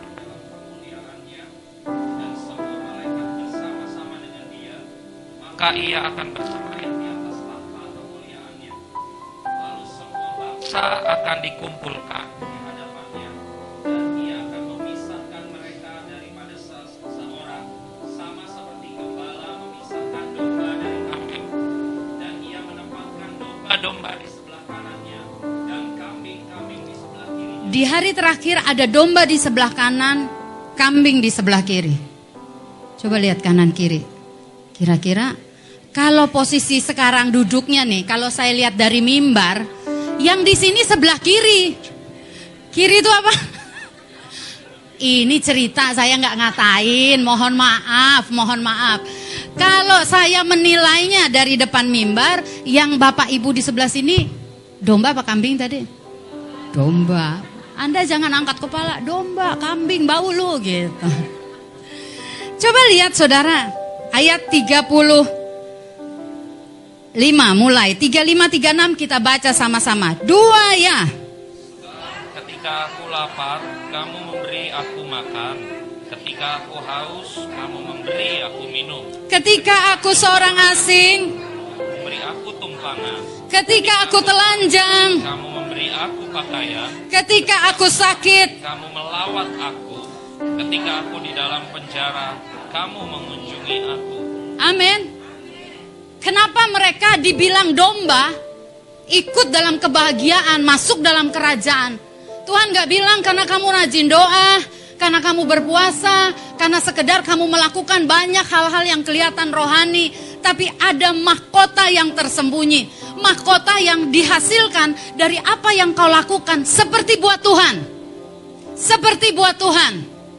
dan semua malaikat bersama-sama dengan dia, maka ia akan bersemayam di atas tahta kemuliaannya. Lalu semua bangsa akan dikumpulkan di hadapannya, dan ia akan memisahkan mereka daripada seseorang, sama seperti gembala memisahkan domba dari kambing. Dan ia menempatkan domba-domba di sebelah kanannya dan kambing-kambing di sebelah kirinya. Di hari terakhir ada domba di sebelah kanan, kambing di sebelah kiri. Coba lihat kanan kiri. Kira-kira kalau posisi sekarang duduknya nih, kalau saya lihat dari mimbar, yang di sini sebelah kiri. Kiri itu apa? Ini cerita, saya nggak ngatain, mohon maaf. Kalau saya menilainya dari depan mimbar, yang Bapak Ibu di sebelah sini, domba apa kambing tadi? Domba. Anda jangan angkat kepala, domba, kambing, bau lu gitu. Coba lihat saudara, ayat 35 mulai, 35-36 kita baca sama-sama. 2 ya. Ketika aku lapar, kamu memberi aku makan. Ketika aku haus, kamu memberi aku minum. Ketika aku seorang asing, Memberi aku tumpangan. ketika aku telanjang, Kamu memberi aku pakaian. ketika aku sakit, Kamu melawat aku. Ketika aku di dalam penjara, kamu mengunjungi aku. amin. Kenapa mereka dibilang domba, ikut dalam kebahagiaan, masuk dalam kerajaan? Tuhan gak bilang karena kamu rajin doa, karena kamu berpuasa, karena sekedar kamu melakukan banyak hal-hal yang kelihatan rohani. Tapi ada mahkota yang tersembunyi, mahkota yang dihasilkan dari apa yang kau lakukan. Seperti buat Tuhan, seperti buat Tuhan.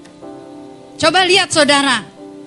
Coba lihat saudara,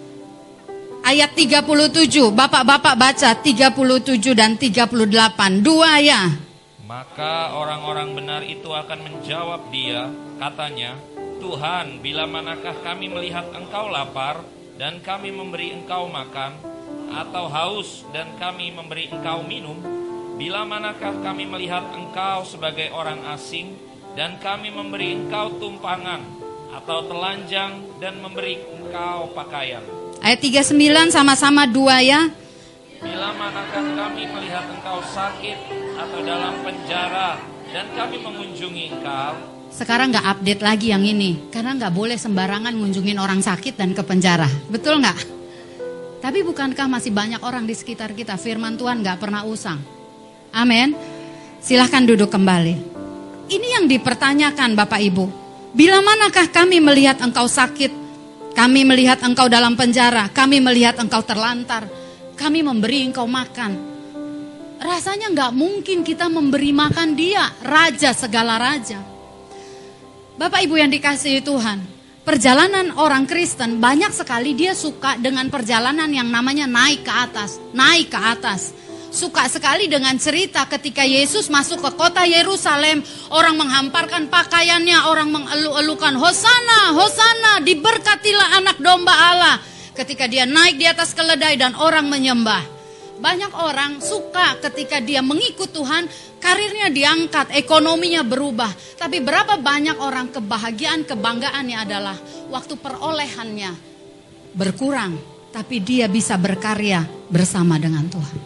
ayat 37, bapak-bapak baca 37 dan 38, 2 ya. Maka orang-orang benar itu akan menjawab dia, katanya, Tuhan, bila manakah kami melihat engkau lapar dan kami memberi engkau makan, atau haus dan kami memberi engkau minum? Bila manakah kami melihat engkau sebagai orang asing dan kami memberi engkau tumpangan, atau telanjang dan memberi engkau pakaian? Ayat 39 sama-sama 2 ya. Bila manakah kami melihat engkau sakit atau dalam penjara dan kami mengunjungi engkau? Sekarang gak update lagi yang ini, karena gak boleh sembarangan ngunjungin orang sakit dan ke penjara. Betul gak? Tapi bukankah masih banyak orang di sekitar kita, firman Tuhan gak pernah usang. Amin. Silahkan duduk kembali. Ini yang dipertanyakan Bapak Ibu. Bila manakah kami melihat engkau sakit, kami melihat engkau dalam penjara, kami melihat engkau terlantar, kami memberi engkau makan. Rasanya gak mungkin kita memberi makan dia, raja segala raja. Bapak Ibu yang dikasihi Tuhan, perjalanan orang Kristen banyak sekali dia suka dengan perjalanan yang namanya naik ke atas, naik ke atas. Suka sekali dengan cerita ketika Yesus masuk ke kota Yerusalem, orang menghamparkan pakaiannya, orang mengeluh-elukan, Hosana, Hosana, diberkatilah anak domba Allah. Ketika dia naik di atas keledai dan orang menyembah. Banyak orang suka ketika dia mengikut Tuhan, karirnya diangkat, ekonominya berubah. Tapi berapa banyak orang kebahagiaan, kebanggaannya adalah waktu perolehannya berkurang, tapi dia bisa berkarya bersama dengan Tuhan.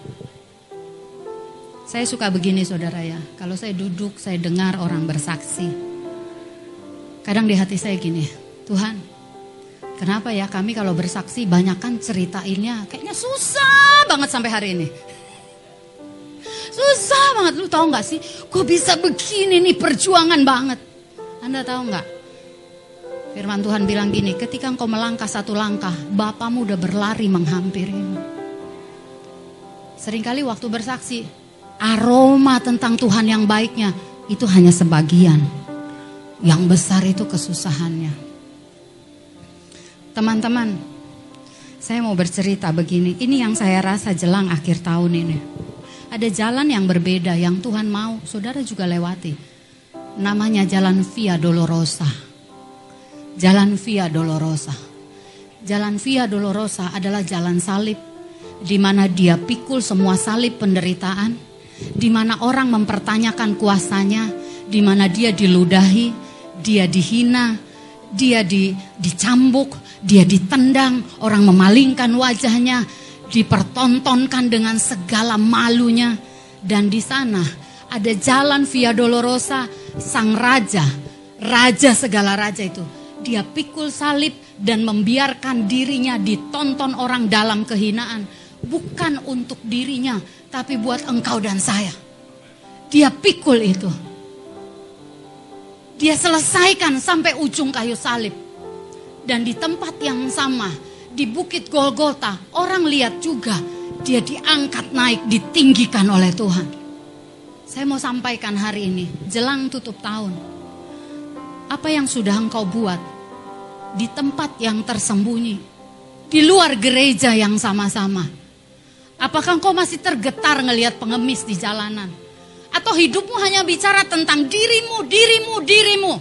Saya suka begini saudara ya, kalau saya duduk, saya dengar orang bersaksi. Kadang di hati saya gini, Tuhan, kenapa ya kami kalau bersaksi banyakkan ceritainnya kayaknya susah banget sampai hari ini. Susah banget, lu tahu gak sih, kok bisa begini nih, perjuangan banget. Anda tahu gak? Firman Tuhan bilang gini, ketika engkau melangkah satu langkah, Bapamu udah berlari menghampirimu. Seringkali waktu bersaksi, aroma tentang Tuhan yang baiknya, itu hanya sebagian. Yang besar itu kesusahannya. Teman-teman, saya mau bercerita begini, ini yang saya rasa jelang akhir tahun ini. Ada jalan yang berbeda yang Tuhan mau saudara juga lewati. Namanya jalan Via Dolorosa. Jalan Via Dolorosa. Jalan Via Dolorosa adalah jalan salib, di mana dia pikul semua salib penderitaan, di mana orang mempertanyakan kuasanya, di mana dia diludahi, dia dihina, dia dicambuk, dia ditendang, orang memalingkan wajahnya, dipertontonkan dengan segala malunya. Dan di sana ada jalan Via Dolorosa, sang raja, raja segala raja itu. Dia pikul salib dan membiarkan dirinya ditonton orang dalam kehinaan. Bukan untuk dirinya, tapi buat engkau dan saya. Dia pikul itu. Dia selesaikan sampai ujung kayu salib. Dan di tempat yang sama, di Bukit Golgota, orang lihat juga dia diangkat naik, ditinggikan oleh Tuhan. Saya mau sampaikan hari ini, jelang tutup tahun. Apa yang sudah engkau buat di tempat yang tersembunyi, di luar gereja yang sama-sama? Apakah engkau masih tergetar ngelihat pengemis di jalanan? Atau hidupmu hanya bicara tentang dirimu, dirimu, dirimu?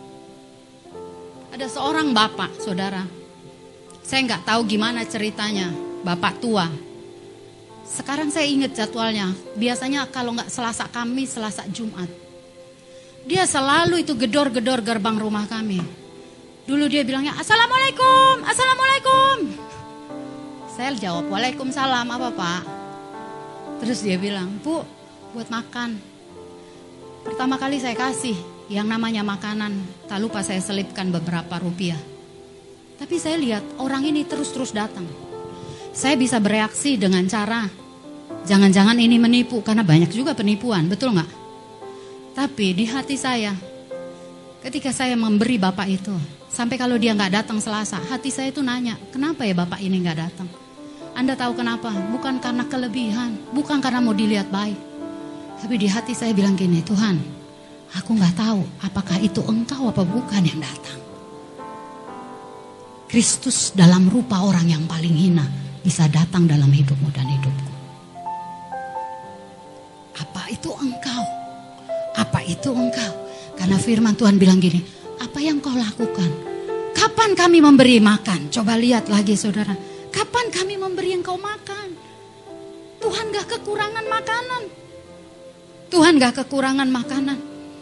Ada seorang bapak, saudara. Saya nggak tahu gimana ceritanya, bapak tua. Sekarang saya ingat jadwalnya. Biasanya kalau nggak Selasa Kamis, Selasa Jumat. Dia selalu itu gedor-gedor gerbang rumah kami. Dulu dia bilangnya, Assalamualaikum, Assalamualaikum. Saya jawab, Waalaikumsalam, apa Pak? Terus dia bilang, Bu, buat makan. Pertama kali saya kasih yang namanya makanan, tak lupa saya selipkan beberapa rupiah. Tapi saya lihat orang ini terus-terus datang. Saya bisa bereaksi dengan cara, jangan-jangan ini menipu, karena banyak juga penipuan, betul nggak? Tapi di hati saya, ketika saya memberi bapak itu, sampai kalau dia nggak datang Selasa, hati saya itu nanya, kenapa ya bapak ini nggak datang? Anda tahu kenapa? Bukan karena kelebihan, bukan karena mau dilihat baik. Tapi di hati saya bilang gini, Tuhan, aku nggak tahu apakah itu engkau apa bukan yang datang. Kristus dalam rupa orang yang paling hina bisa datang dalam hidupmu dan hidupku. Apa itu engkau? Apa itu engkau? Karena firman Tuhan bilang gini, apa yang kau lakukan? Kapan kami memberi makan? Coba lihat lagi saudara. Kapan kami memberi engkau makan? Tuhan gak kekurangan makanan. Tuhan gak kekurangan makanan.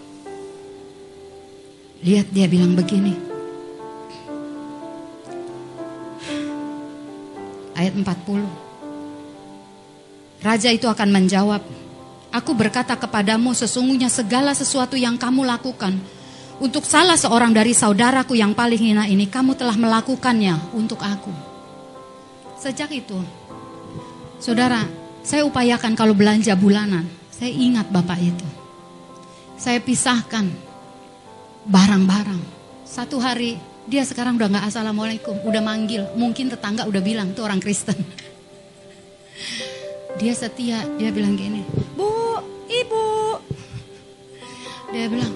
Lihat dia bilang begini. Ayat 40. Raja itu akan menjawab, aku berkata kepadamu sesungguhnya segala sesuatu yang kamu lakukan untuk salah seorang dari saudaraku yang paling hina ini, kamu telah melakukannya untuk aku. Sejak itu, saudara, saya upayakan kalau belanja bulanan, saya ingat bapak itu. Saya pisahkan barang-barang. Satu hari, dia sekarang udah gak assalamualaikum, udah manggil. Mungkin tetangga udah bilang, tuh orang Kristen. Dia setia, dia bilang gini, Bu, Ibu. Dia bilang,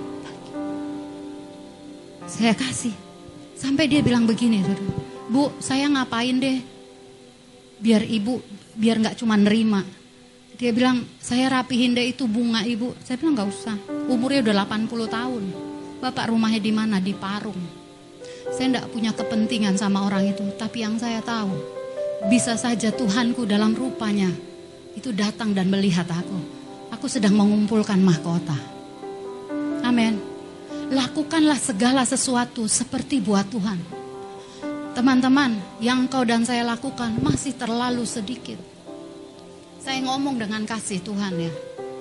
saya kasih. Sampai dia bilang begini, Bu, saya ngapain deh? Biar ibu, biar gak cuma nerima. Dia bilang, saya rapihin deh itu bunga ibu. Saya bilang gak usah, umurnya udah 80 tahun. Bapak rumahnya di mana? Di Parung. Saya gak punya kepentingan sama orang itu. Tapi yang saya tahu, bisa saja Tuhanku dalam rupanya itu datang dan melihat aku. Aku sedang mengumpulkan mahkota. Amin. Lakukanlah segala sesuatu seperti buat Tuhan. Teman-teman, yang kau dan saya lakukan masih terlalu sedikit. Saya ngomong dengan kasih Tuhan ya.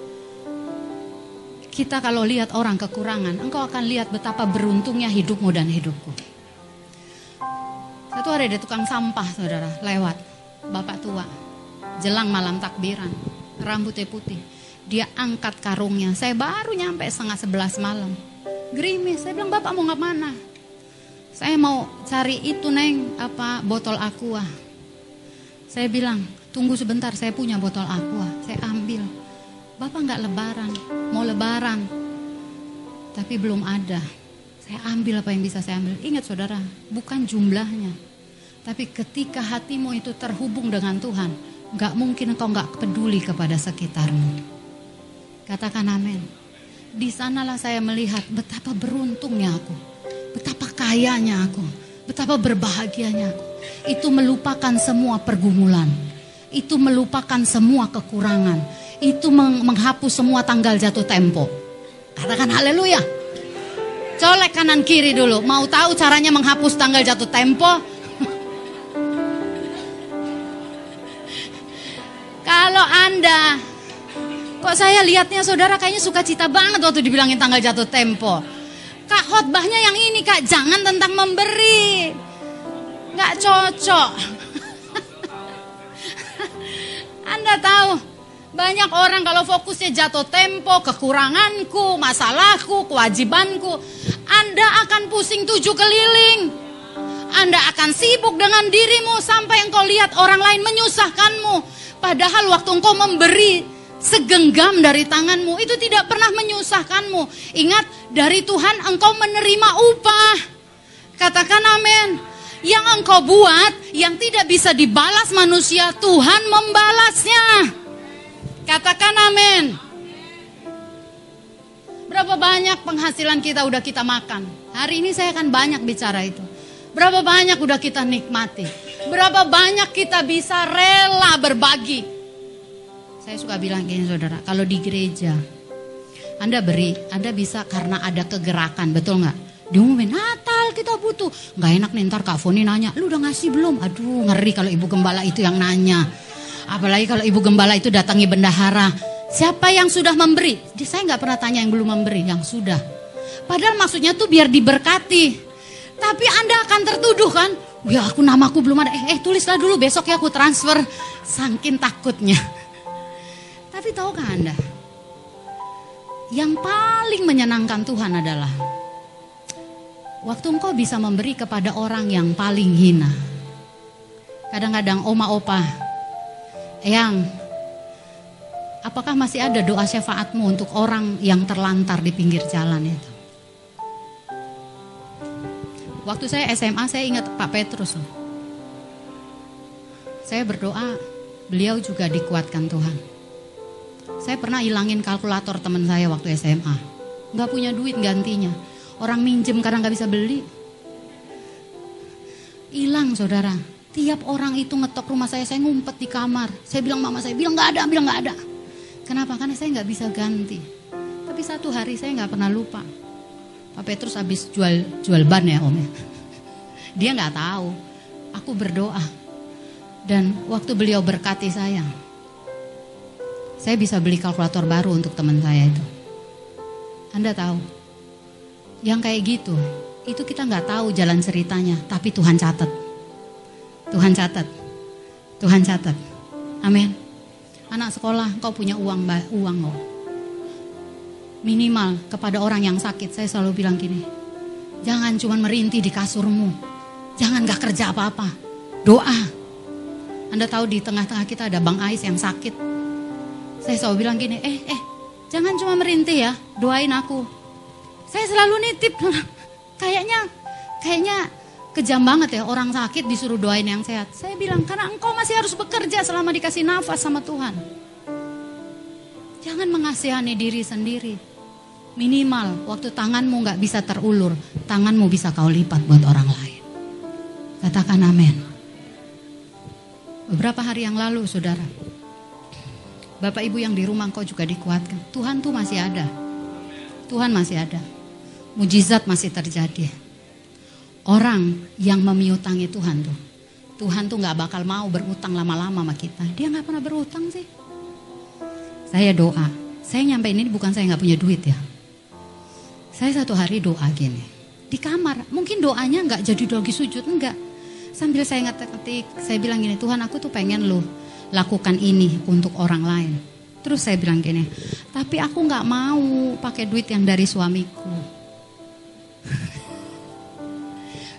Kita kalau lihat orang kekurangan, engkau akan lihat betapa beruntungnya hidupmu dan hidupku. Satu hari ada tukang sampah saudara, lewat. Bapak tua, jelang malam takbiran, rambutnya putih. Dia angkat karungnya, saya baru nyampe 10:30 malam. Gerimis, saya bilang bapak mau kemana? Saya mau cari itu Neng, botol aqua. Saya bilang, tunggu sebentar, saya punya botol aqua. Saya ambil. Bapak nggak lebaran, mau lebaran, tapi belum ada. Saya ambil apa yang bisa saya ambil. Ingat saudara, bukan jumlahnya, tapi ketika hatimu itu terhubung dengan Tuhan, nggak mungkin engkau nggak peduli kepada sekitarmu. Katakan amin. Di sanalah saya melihat betapa beruntungnya aku, betapa kayanya aku, betapa berbahagianya aku. Itu melupakan semua pergumulan, itu melupakan semua kekurangan, itu menghapus semua tanggal jatuh tempo. Katakan haleluya. Colek kanan kiri dulu. Mau tahu caranya menghapus tanggal jatuh tempo? Kalau Anda, kok saya lihatnya saudara kayaknya sukacita banget waktu dibilangin tanggal jatuh tempo. Kak, khotbahnya yang ini Kak, jangan tentang memberi. Nggak cocok. Anda tahu, banyak orang kalau fokusnya jatuh tempo, kekuranganku, masalahku, kewajibanku, Anda akan pusing 7 keliling. Anda akan sibuk dengan dirimu sampai engkau lihat orang lain menyusahkanmu. Padahal waktu engkau memberi segenggam dari tanganmu, itu tidak pernah menyusahkanmu. Ingat, dari Tuhan engkau menerima upah. Katakan amin. Yang engkau buat, yang tidak bisa dibalas manusia, Tuhan membalasnya. Katakan amin. Berapa banyak penghasilan kita udah kita makan? Hari ini saya akan banyak bicara itu. Berapa banyak udah kita nikmati? Berapa banyak kita bisa rela berbagi? Saya suka bilang gini saudara, kalau di gereja Anda beri, Anda bisa karena ada kegerakan, betul nggak? Diumumin Natal kita butuh. Nggak enak nih ntar Kak Foni nanya, lu udah ngasih belum? Aduh ngeri kalau ibu gembala itu yang nanya. Apalagi kalau ibu gembala itu datangi bendahara. Siapa yang sudah memberi? Saya nggak pernah tanya yang belum memberi, yang sudah. Padahal maksudnya tuh biar diberkati. Tapi Anda akan tertuduh kan? Ya aku namaku belum ada. Tulislah dulu besok ya aku transfer. Saking takutnya. Tapi tahukah Anda? Yang paling menyenangkan Tuhan adalah waktu engkau bisa memberi kepada orang yang paling hina. Kadang-kadang oma opa, Eyang, apakah masih ada doa syafaatmu untuk orang yang terlantar di pinggir jalan itu? Waktu saya SMA saya ingat Pak Petrus loh. Saya berdoa, beliau juga dikuatkan Tuhan. Saya pernah hilangin kalkulator teman saya waktu SMA. Gak punya duit gantinya. Orang minjem karena gak bisa beli. Hilang saudara. Tiap orang itu ngetok rumah saya ngumpet di kamar. Saya bilang mama saya, bilang gak ada. Kenapa? Karena saya gak bisa ganti. Tapi satu hari saya gak pernah lupa. Pak Petrus habis jual ban ya om ya. Dia gak tahu. Aku berdoa. Dan waktu beliau berkati saya bisa beli kalkulator baru untuk teman saya itu. Anda tahu, yang kayak gitu, itu kita nggak tahu jalan ceritanya, tapi Tuhan catat. Tuhan catat. Tuhan catat. Amin. Anak sekolah, kau punya uang kok. Minimal kepada orang yang sakit, saya selalu bilang gini, jangan cuma merintih di kasurmu, jangan gak kerja apa-apa, doa. Anda tahu di tengah-tengah kita ada Bang Ais yang sakit. Saya selalu bilang gini, jangan cuma merintih ya, doain aku. Saya selalu nitip, kayaknya kejam banget ya orang sakit disuruh doain yang sehat. Saya bilang, karena engkau masih harus bekerja selama dikasih nafas sama Tuhan. Jangan mengasihani diri sendiri. Minimal waktu tanganmu gak bisa terulur, tanganmu bisa kau lipat buat orang lain. Katakan amin. Beberapa hari yang lalu saudara, Bapak Ibu yang di rumah engkau juga dikuatkan. Tuhan tuh masih ada. Tuhan masih ada. Mujizat masih terjadi. Orang yang memiutangi Tuhan tuh gak bakal mau berutang lama-lama sama kita. Dia gak pernah berutang sih. Saya doa. Saya nyampein ini bukan saya gak punya duit ya. Saya satu hari doa gini. Di kamar. Mungkin doanya gak jadi lagi sujud. Enggak. Sambil saya ngetik-ngetik. Saya bilang gini, Tuhan aku tuh pengen lo lakukan ini untuk orang lain. Terus saya bilang gini, tapi aku gak mau pakai duit yang dari suamiku.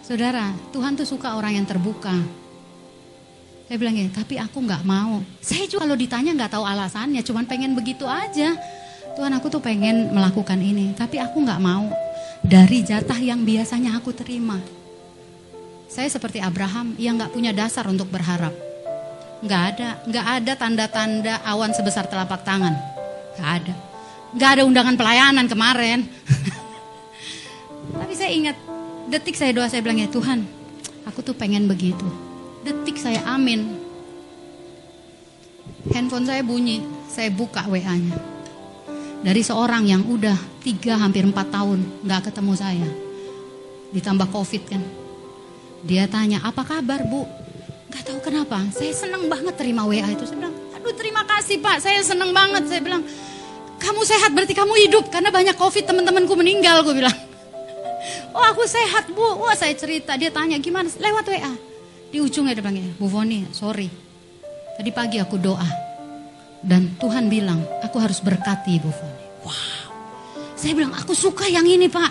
Saudara, Tuhan tuh suka orang yang terbuka. Saya bilang gini, tapi aku gak mau. Saya juga kalau ditanya gak tahu alasannya, cuman pengen begitu aja. Tuhan, aku tuh pengen melakukan ini, tapi aku gak mau dari jatah yang biasanya aku terima. Saya seperti Abraham yang gak punya dasar untuk berharap. Gak ada tanda-tanda awan sebesar telapak tangan. Gak ada undangan pelayanan kemarin. Tapi saya ingat, detik saya doa, saya bilang ya Tuhan, aku tuh pengen begitu. Detik saya amin. Handphone saya bunyi, saya buka WA-nya. Dari seorang yang udah 3 hampir 4 tahun gak ketemu saya. Ditambah COVID kan. Dia tanya, apa kabar Bu? Gak tahu kenapa, saya senang banget terima WA itu. Saya bilang, aduh terima kasih Pak, saya senang banget. Saya bilang, kamu sehat berarti kamu hidup. Karena banyak COVID teman-temanku meninggal, gue bilang. Oh aku sehat Bu, wah saya cerita. Dia tanya gimana, lewat WA. Di ujungnya dia bilang, Bu Foni sorry, tadi pagi aku doa dan Tuhan bilang aku harus berkati Bu Foni. Wow, saya bilang aku suka yang ini Pak.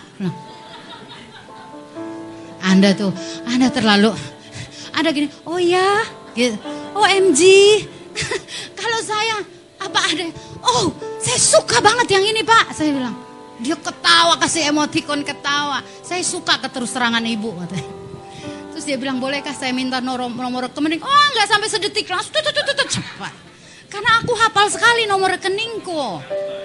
Anda terlalu, ada gini, oh ya, gitu. OMG, kalau saya apa ada, oh saya suka banget yang ini Pak. Saya bilang, dia ketawa, kasih emoticon ketawa. Saya suka keterus terangan ibu katanya. Terus dia bilang, bolehkah saya minta nomor rekening? Oh enggak sampai sedetik, langsung cepat. Karena aku hafal sekali nomor rekeningku.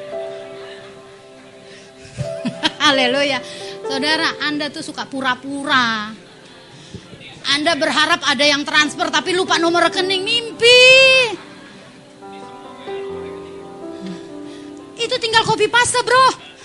Haleluya. Saudara, Anda tuh suka pura-pura. Anda berharap ada yang transfer tapi lupa nomor rekening, mimpi. Itu tinggal copy paste bro.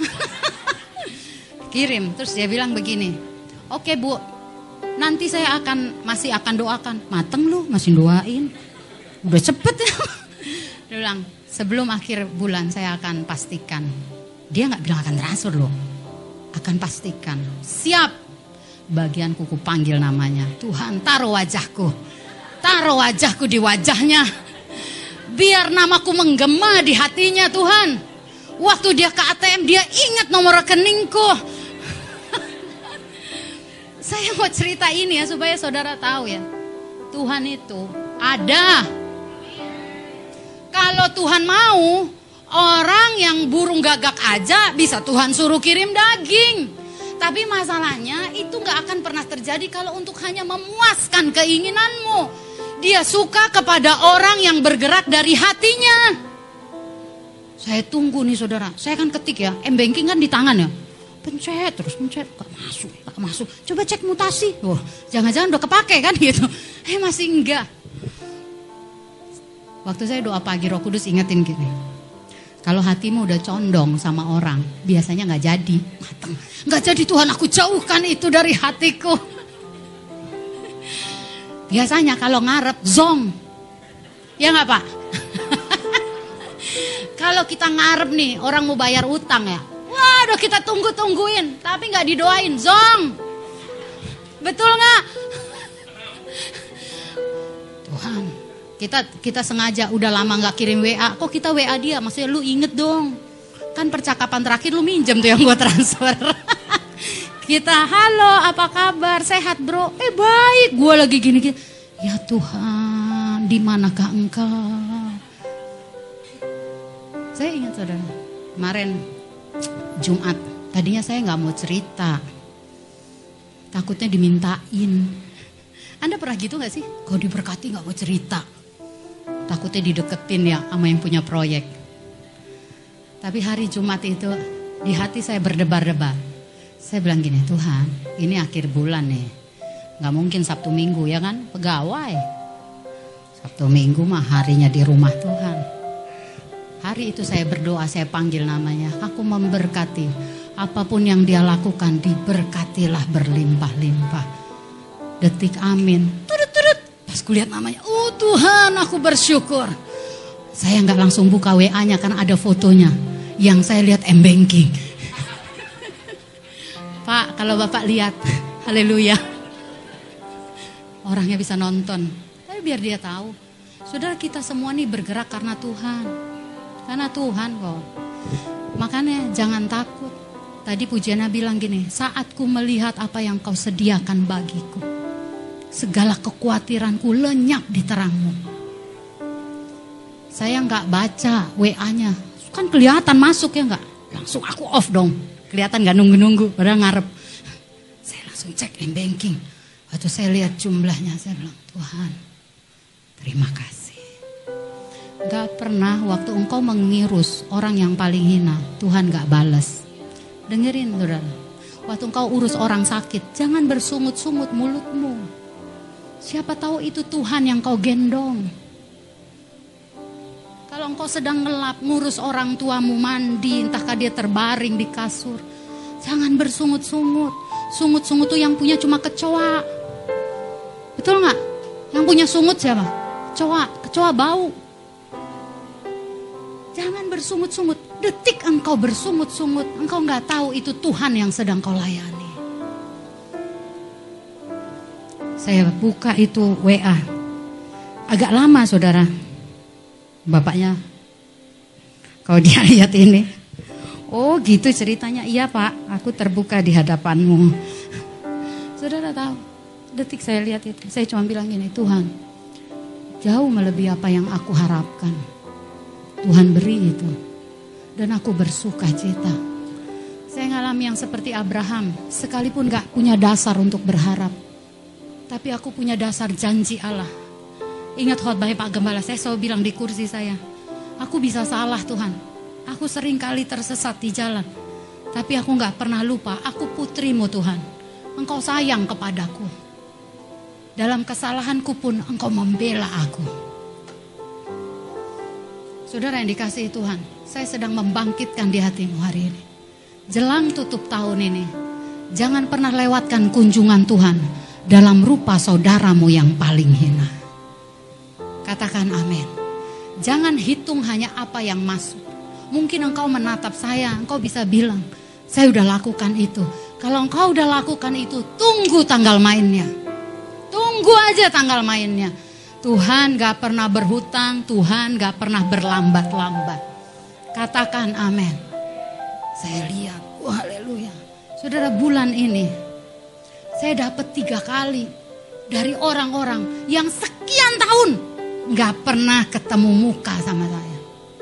Kirim, terus dia bilang begini, oke Bu, nanti saya masih akan doakan. Mateng lu, masih doain. Udah cepet ya. Dia bilang, sebelum akhir bulan saya akan pastikan. Dia gak bilang akan transfer loh. Akan pastikan. Siap. Bagian kuku panggil namanya. Tuhan taruh wajahku. Taruh wajahku di wajahnya. Biar namaku menggema di hatinya Tuhan. Waktu dia ke ATM dia ingat nomor rekeningku. Saya mau cerita ini ya supaya saudara tahu ya. Tuhan itu ada. Kalau Tuhan mau, orang yang burung gagak aja bisa Tuhan suruh kirim daging. Tapi masalahnya itu gak akan pernah terjadi kalau untuk hanya memuaskan keinginanmu. Dia suka kepada orang yang bergerak dari hatinya. Saya tunggu nih saudara. Saya kan ketik ya, M-banking kan di tangan ya. Pencet, terus pencet, gak masuk. Coba cek mutasi. Wah, jangan-jangan udah kepake kan gitu. Masih enggak. Waktu saya doa pagi Roh Kudus ingetin gini. Kalau hatimu udah condong sama orang, biasanya gak jadi. Mateng. Gak jadi Tuhan, aku jauhkan itu dari hatiku. Biasanya kalau ngarep, zong. Ya gak Pak? Kalau kita ngarep nih, orang mau bayar utang ya. Waduh kita tungguin, tapi gak didoain, zong. Betul gak? Tuhan, kita sengaja udah lama gak kirim WA, kok kita WA dia, maksudnya lu inget dong. Kan percakapan terakhir lu minjem tuh yang gue transfer. Kita, halo apa kabar, sehat bro? Baik, gue lagi gini. Ya Tuhan, di manakah engkau? Saya ingat saudara, kemarin Jumat, tadinya saya gak mau cerita. Takutnya dimintain. Anda pernah gitu gak sih? Kalau diberkati gak mau cerita. Takutnya dideketin ya sama yang punya proyek. Tapi hari Jumat itu di hati saya berdebar-debar. Saya bilang gini, Tuhan ini akhir bulan nih. Gak mungkin Sabtu Minggu ya kan, pegawai. Sabtu Minggu mah harinya di rumah Tuhan. Hari itu saya berdoa, saya panggil namanya. Aku memberkati. Apapun yang dia lakukan, diberkatilah berlimpah-limpah. Detik amin. Turut. Pas kulihat namanya, oh Tuhan aku bersyukur. Saya gak langsung buka WA-nya karena ada fotonya. Yang saya lihat M-banking. Pak, kalau Bapak lihat, haleluya. Orangnya bisa nonton. Tapi biar dia tahu. Saudara kita semua nih bergerak karena Tuhan. Karena Tuhan kok. Makanya jangan takut. Tadi pujiannya bilang gini, saat ku melihat apa yang kau sediakan bagiku, segala kekhawatiranku lenyap di terangmu. Saya nggak baca WA-nya, kan kelihatan masuk ya nggak? Langsung aku off dong, kelihatan nggak nunggu-nunggu, padahal ngarep. Saya langsung cek m-banking. Waktu saya lihat jumlahnya, saya bilang, Tuhan, terima kasih. Gak pernah waktu engkau mengirus orang yang paling hina, Tuhan gak balas. Dengerin saudara, waktu engkau urus orang sakit, jangan bersungut-sungut mulutmu. Siapa tahu itu Tuhan yang kau gendong. Kalau engkau sedang ngelap, ngurus orang tuamu mandi, entahkah dia terbaring di kasur, jangan bersungut-sungut. Sungut-sungut tuh yang punya cuma kecoa. Betul gak? Yang punya sungut siapa? Kecoa bau. Jangan bersungut-sungut. Detik engkau bersungut-sungut, engkau gak tahu itu Tuhan yang sedang kau layani. Saya buka itu WA. Agak lama saudara. Bapaknya, kalau dia lihat ini, oh gitu ceritanya. Iya Pak, aku terbuka di hadapanmu. Saudara tahu, detik saya lihat itu, saya cuma bilang gini, Tuhan, jauh melebihi apa yang aku harapkan. Tuhan beri itu. Dan aku bersuka cita. Saya ngalami yang seperti Abraham, sekalipun gak punya dasar untuk berharap, tapi aku punya dasar janji Allah. Ingat khotbah Pak Gembala, saya selalu bilang di kursi saya, aku bisa salah Tuhan. Aku sering kali tersesat di jalan, tapi aku gak pernah lupa, aku putrimu Tuhan. Engkau sayang kepadaku. Dalam kesalahanku pun engkau membela aku. Saudara yang dikasihi Tuhan, saya sedang membangkitkan di hatimu hari ini. Jelang tutup tahun ini, jangan pernah lewatkan kunjungan Tuhan dalam rupa saudaramu yang paling hina. Katakan amin. Jangan hitung hanya apa yang masuk. Mungkin engkau menatap saya, engkau bisa bilang, saya udah lakukan itu. Kalau engkau udah lakukan itu, tunggu tanggal mainnya. Tunggu aja tanggal mainnya. Tuhan gak pernah berhutang, Tuhan gak pernah berlambat-lambat. Katakan amin. Saya lihat, haleluya. Saudara, bulan ini saya dapat 3 kali dari orang-orang yang sekian tahun gak pernah ketemu muka sama saya.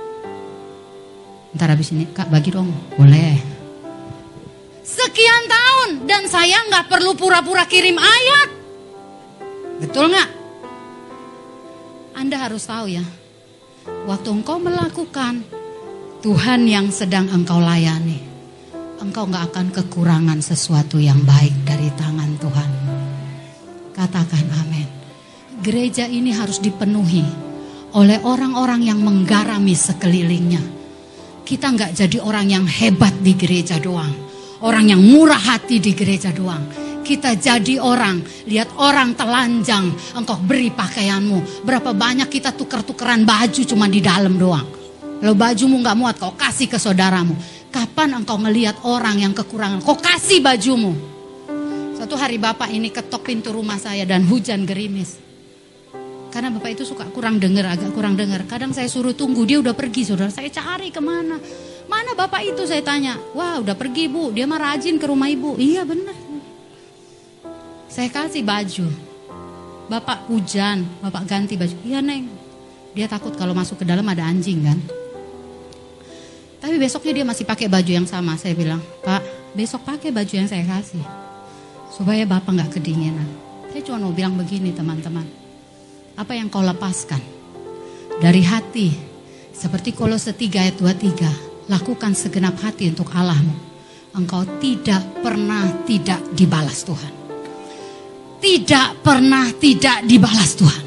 Ntar habis ini Kak bagi dong, boleh. Sekian tahun dan saya gak perlu pura-pura kirim ayat. Betul gak? Anda harus tahu ya, waktu engkau melakukan, Tuhan yang sedang engkau layani, engkau gak akan kekurangan sesuatu yang baik dari tangan Tuhan. Katakan amin. Gereja ini harus dipenuhi oleh orang-orang yang menggarami sekelilingnya. Kita gak jadi orang yang hebat di gereja doang, orang yang murah hati di gereja doang. Kita jadi orang, lihat orang telanjang, engkau beri pakaianmu. Berapa banyak kita tuker-tukeran baju cuma di dalam doang. Kalau bajumu gak muat, kau kasih ke saudaramu. Kapan engkau ngelihat orang yang kekurangan, kau kasih bajumu. Satu hari bapak ini ketok pintu rumah saya dan hujan gerimis. Karena bapak itu suka agak kurang dengar. Kadang saya suruh tunggu, dia udah pergi saudara. Saya cari kemana. Mana bapak itu saya tanya. Wah udah pergi bu, dia mah rajin ke rumah ibu. Iya benar. Saya kasih baju. Bapak hujan, bapak ganti baju. Iya Neng. Dia takut kalau masuk ke dalam ada anjing kan. Tapi besoknya dia masih pakai baju yang sama. Saya bilang, Pak besok pakai baju yang saya kasih. Supaya bapak gak kedinginan. Saya cuma mau bilang begini teman-teman. Apa yang kau lepaskan dari hati. Seperti Kolose 3 ayat 23. Lakukan segenap hati untuk Allahmu. Engkau tidak pernah tidak dibalas Tuhan. Tidak pernah tidak dibalas Tuhan.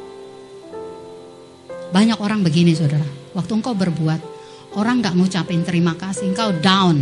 Banyak orang begini saudara. Waktu engkau berbuat, orang gak ngucapin terima kasih, engkau down.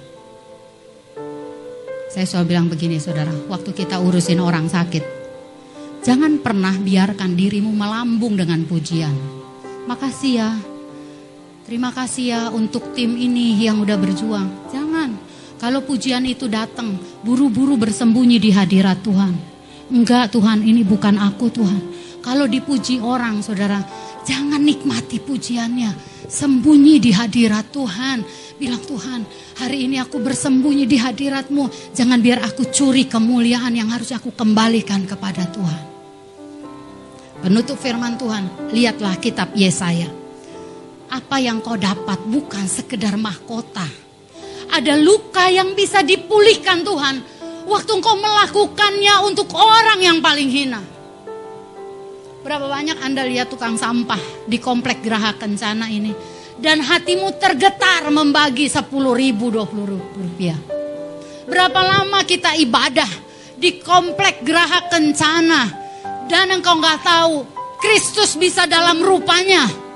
Saya selalu bilang begini saudara. Waktu kita urusin orang sakit, jangan pernah biarkan dirimu melambung dengan pujian. Makasih ya. Terima kasih ya untuk tim ini yang udah berjuang. Jangan. Kalau pujian itu datang, buru-buru bersembunyi di hadirat Tuhan. Enggak Tuhan, ini bukan aku Tuhan. Kalau dipuji orang saudara, Jangan nikmati pujiannya, sembunyi di hadirat Tuhan. Bilang, Tuhan, hari ini aku bersembunyi di hadirat-Mu. Jangan biar aku curi kemuliaan yang harus aku kembalikan kepada Tuhan. Penutup firman Tuhan, lihatlah kitab Yesaya. Apa yang kau dapat bukan sekedar mahkota. Ada luka yang bisa dipulihkan Tuhan waktu engkau melakukannya untuk orang yang paling hina. Berapa banyak Anda lihat tukang sampah di komplek Geraha Kencana ini, dan hatimu tergetar membagi 10.000, 20.000 rupiah. Berapa lama kita ibadah di komplek Geraha Kencana dan engkau nggak tahu Kristus bisa dalam rupanya.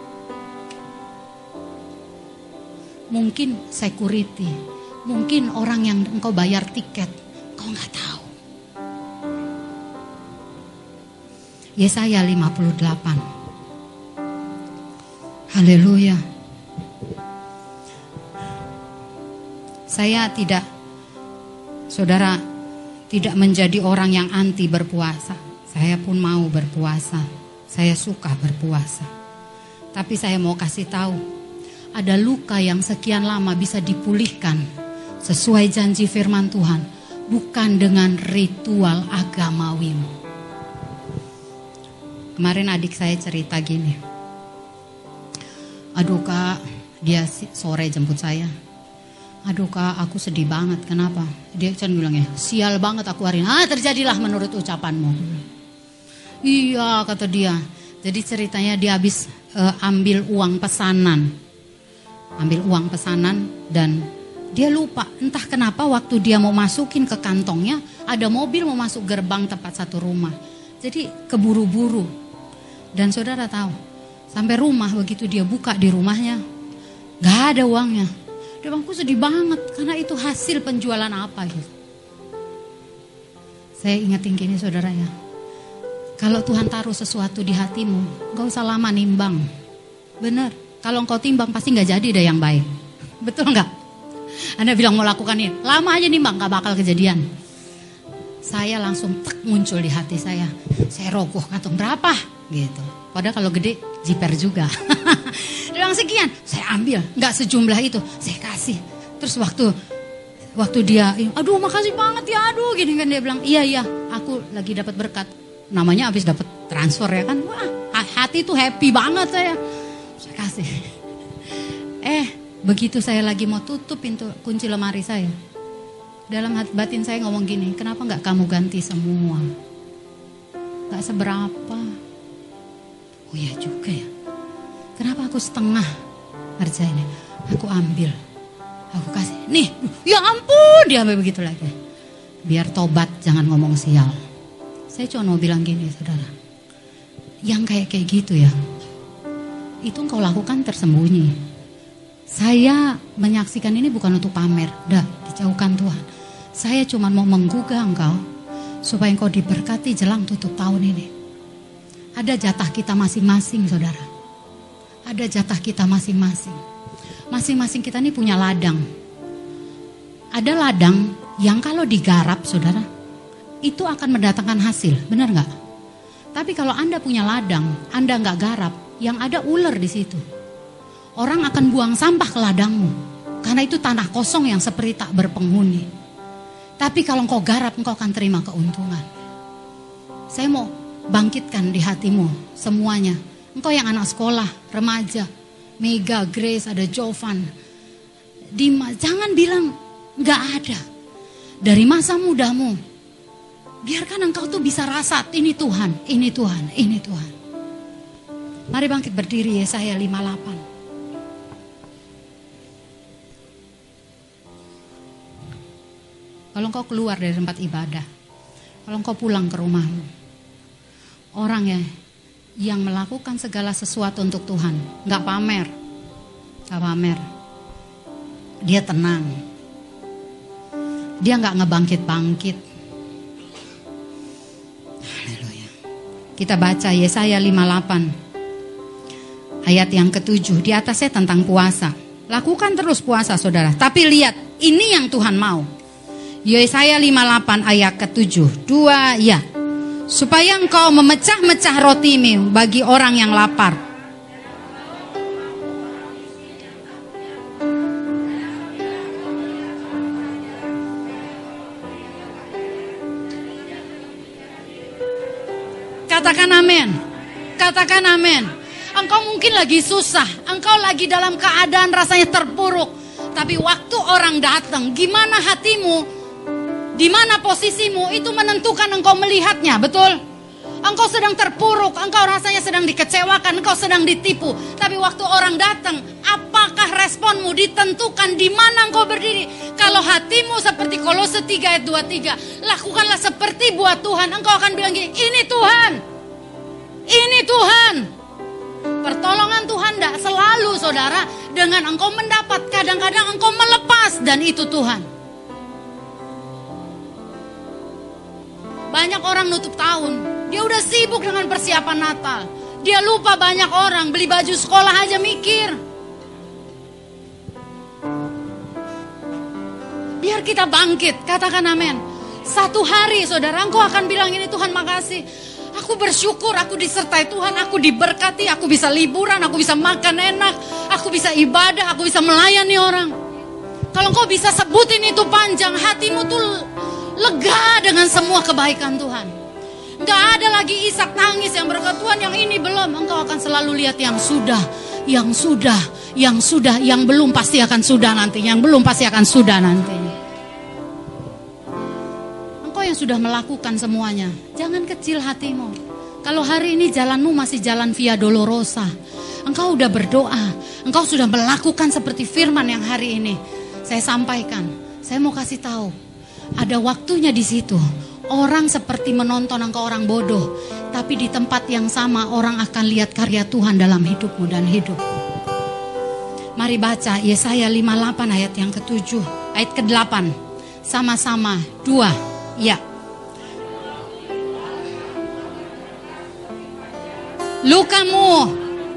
Mungkin security, mungkin orang yang engkau bayar tiket, engkau nggak tahu. Yesaya 58. Haleluya. Saya tidak, saudara, tidak menjadi orang yang anti berpuasa. Saya pun mau berpuasa. Saya suka berpuasa. Tapi saya mau kasih tahu, ada luka yang sekian lama bisa dipulihkan sesuai janji firman Tuhan, bukan dengan ritual agamawimu. Kemarin adik saya cerita gini. Aduh kak, dia sore jemput saya. Aduh kak, aku sedih banget. Kenapa? Dia kan bilangnya, sial banget aku hari ini. Terjadilah menurut ucapanmu. Iya, kata dia. Jadi ceritanya dia habis ambil uang pesanan. Ambil uang pesanan dan dia lupa. Entah kenapa waktu dia mau masukin ke kantongnya, ada mobil mau masuk gerbang tempat satu rumah. Jadi keburu-buru. Dan saudara tahu, sampai rumah begitu dia buka di rumahnya, gak ada uangnya. Dia bilang, aku sedih banget karena itu hasil penjualan apa gitu. Saya ingetin gini saudara ya, kalau Tuhan taruh sesuatu di hatimu, gak usah lama nimbang. Bener, kalau engkau timbang pasti gak jadi deh yang baik. Betul gak? Anda bilang mau lakukan ini, lama aja nimbang gak bakal kejadian. Saya langsung muncul di hati saya. Saya rogoh kantong berapa gitu. Padahal kalau gede jiper juga. Dia bilang sekian, saya ambil, nggak sejumlah itu, saya kasih. Terus waktu dia, aduh makasih banget ya, aduh gini kan, dia bilang iya aku lagi dapat berkat. Namanya habis dapat transfer ya kan, wah hati tuh happy banget saya kasih. Begitu saya lagi mau tutup pintu kunci lemari saya, dalam hati batin saya ngomong gini, kenapa nggak kamu ganti semua? Nggak seberapa. Oh iya juga ya. Kenapa aku setengah ngerjainnya? Aku ambil, aku kasih. Nih, ya ampun, dia sampai begitu lagi. Biar tobat, jangan ngomong sial. Saya cuma mau bilang gini, saudara. Yang kayak gitu ya, itu engkau lakukan tersembunyi. Saya menyaksikan ini bukan untuk pamer, dah dijauhkan Tuhan. Saya cuma mau menggugah engkau supaya engkau diberkati jelang tutup tahun ini. Ada jatah kita masing-masing, saudara. Ada jatah kita masing-masing. Masing-masing kita ini punya ladang. Ada ladang yang kalau digarap, saudara, itu akan mendatangkan hasil, benar nggak? Tapi kalau Anda punya ladang, Anda nggak garap, yang ada ular di situ. Orang akan buang sampah ke ladangmu, karena itu tanah kosong yang seperti tak berpenghuni. Tapi kalau engkau garap, engkau akan terima keuntungan. Saya mau bangkitkan di hatimu semuanya. Engkau yang anak sekolah, remaja, Mega, Grace, ada Jovan, Dimas, jangan bilang gak ada. Dari masa mudamu, biarkan engkau tuh bisa rasa, ini Tuhan, ini Tuhan, ini Tuhan. Mari bangkit berdiri, Yesaya 58. Kalau engkau keluar dari tempat ibadah, kalau engkau pulang ke rumahmu, orang ya yang melakukan segala sesuatu untuk Tuhan, nggak pamer, dia tenang, dia nggak ngebangkit-bangkit. Haleluya. Kita baca Yesaya 58 ayat yang ke-7, di atasnya tentang puasa. Lakukan terus puasa, saudara. Tapi lihat, ini yang Tuhan mau. Yesaya 58 ayat ke-7, 2 ya. supaya engkau memecah-mecah rotimu bagi orang yang lapar. Katakan amin. Katakan amin. Engkau mungkin lagi susah, engkau lagi dalam keadaan rasanya terpuruk. Tapi waktu orang datang, gimana hatimu, di mana posisimu, itu menentukan engkau melihatnya, betul? Engkau sedang terpuruk, engkau rasanya sedang dikecewakan, engkau sedang ditipu. Tapi waktu orang datang, apakah responmu ditentukan di mana engkau berdiri. Kalau hatimu seperti Kolose 3 ayat 23, lakukanlah seperti buat Tuhan. Engkau akan bilang gini, ini Tuhan, ini Tuhan. Pertolongan Tuhan tidak selalu, saudara, dengan engkau mendapat. Kadang-kadang engkau melepas, dan itu Tuhan. Banyak orang nutup tahun, dia udah sibuk dengan persiapan Natal. Dia lupa banyak orang beli baju sekolah aja mikir. Biar kita bangkit, katakan amin. Satu hari, saudara, engkau akan bilang ini, Tuhan makasih. Aku bersyukur, aku disertai Tuhan, aku diberkati, aku bisa liburan, aku bisa makan enak, aku bisa ibadah, aku bisa melayani orang. Kalau engkau bisa sebutin itu panjang, hatimu tuh lega dengan semua kebaikan Tuhan. Gak ada lagi isak tangis yang berkata, Tuhan yang ini belum. Engkau akan selalu lihat yang sudah, yang sudah, yang sudah, yang belum pasti akan sudah nanti, yang belum pasti akan sudah nanti. Yang sudah melakukan semuanya, jangan kecil hatimu. Kalau hari ini jalanmu masih jalan via dolorosa, engkau udah berdoa, engkau sudah melakukan seperti firman yang hari ini saya sampaikan. Saya mau kasih tahu, ada waktunya di situ. Orang seperti menonton engkau orang bodoh, tapi di tempat yang sama orang akan lihat karya Tuhan dalam hidupmu dan hidupku. Mari baca Yesaya 58 ayat yang ke-7, ayat ke-8. Sama-sama, 2. Ya. Lukamu.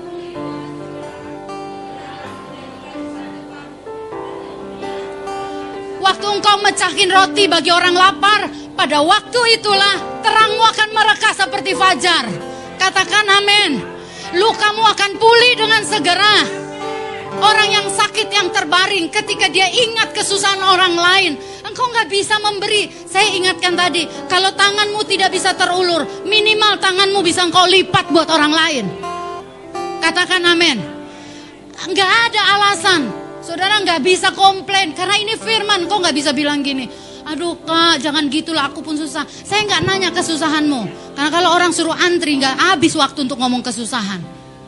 Waktu engkau mecahin roti bagi orang lapar, pada waktu itulah terangmu akan merekah seperti fajar. Katakan amin. Lukamu akan pulih dengan segera. Orang yang sakit, yang terbaring, ketika dia ingat kesusahan orang lain, engkau gak bisa memberi. Saya ingatkan tadi, kalau tanganmu tidak bisa terulur, minimal tanganmu bisa engkau lipat buat orang lain. Katakan amin. Gak ada alasan, saudara gak bisa komplain, karena ini firman. Kau gak bisa bilang gini, aduh Kak jangan gitulah, aku pun susah. Saya gak nanya kesusahanmu, karena kalau orang suruh antri gak habis waktu untuk ngomong kesusahan.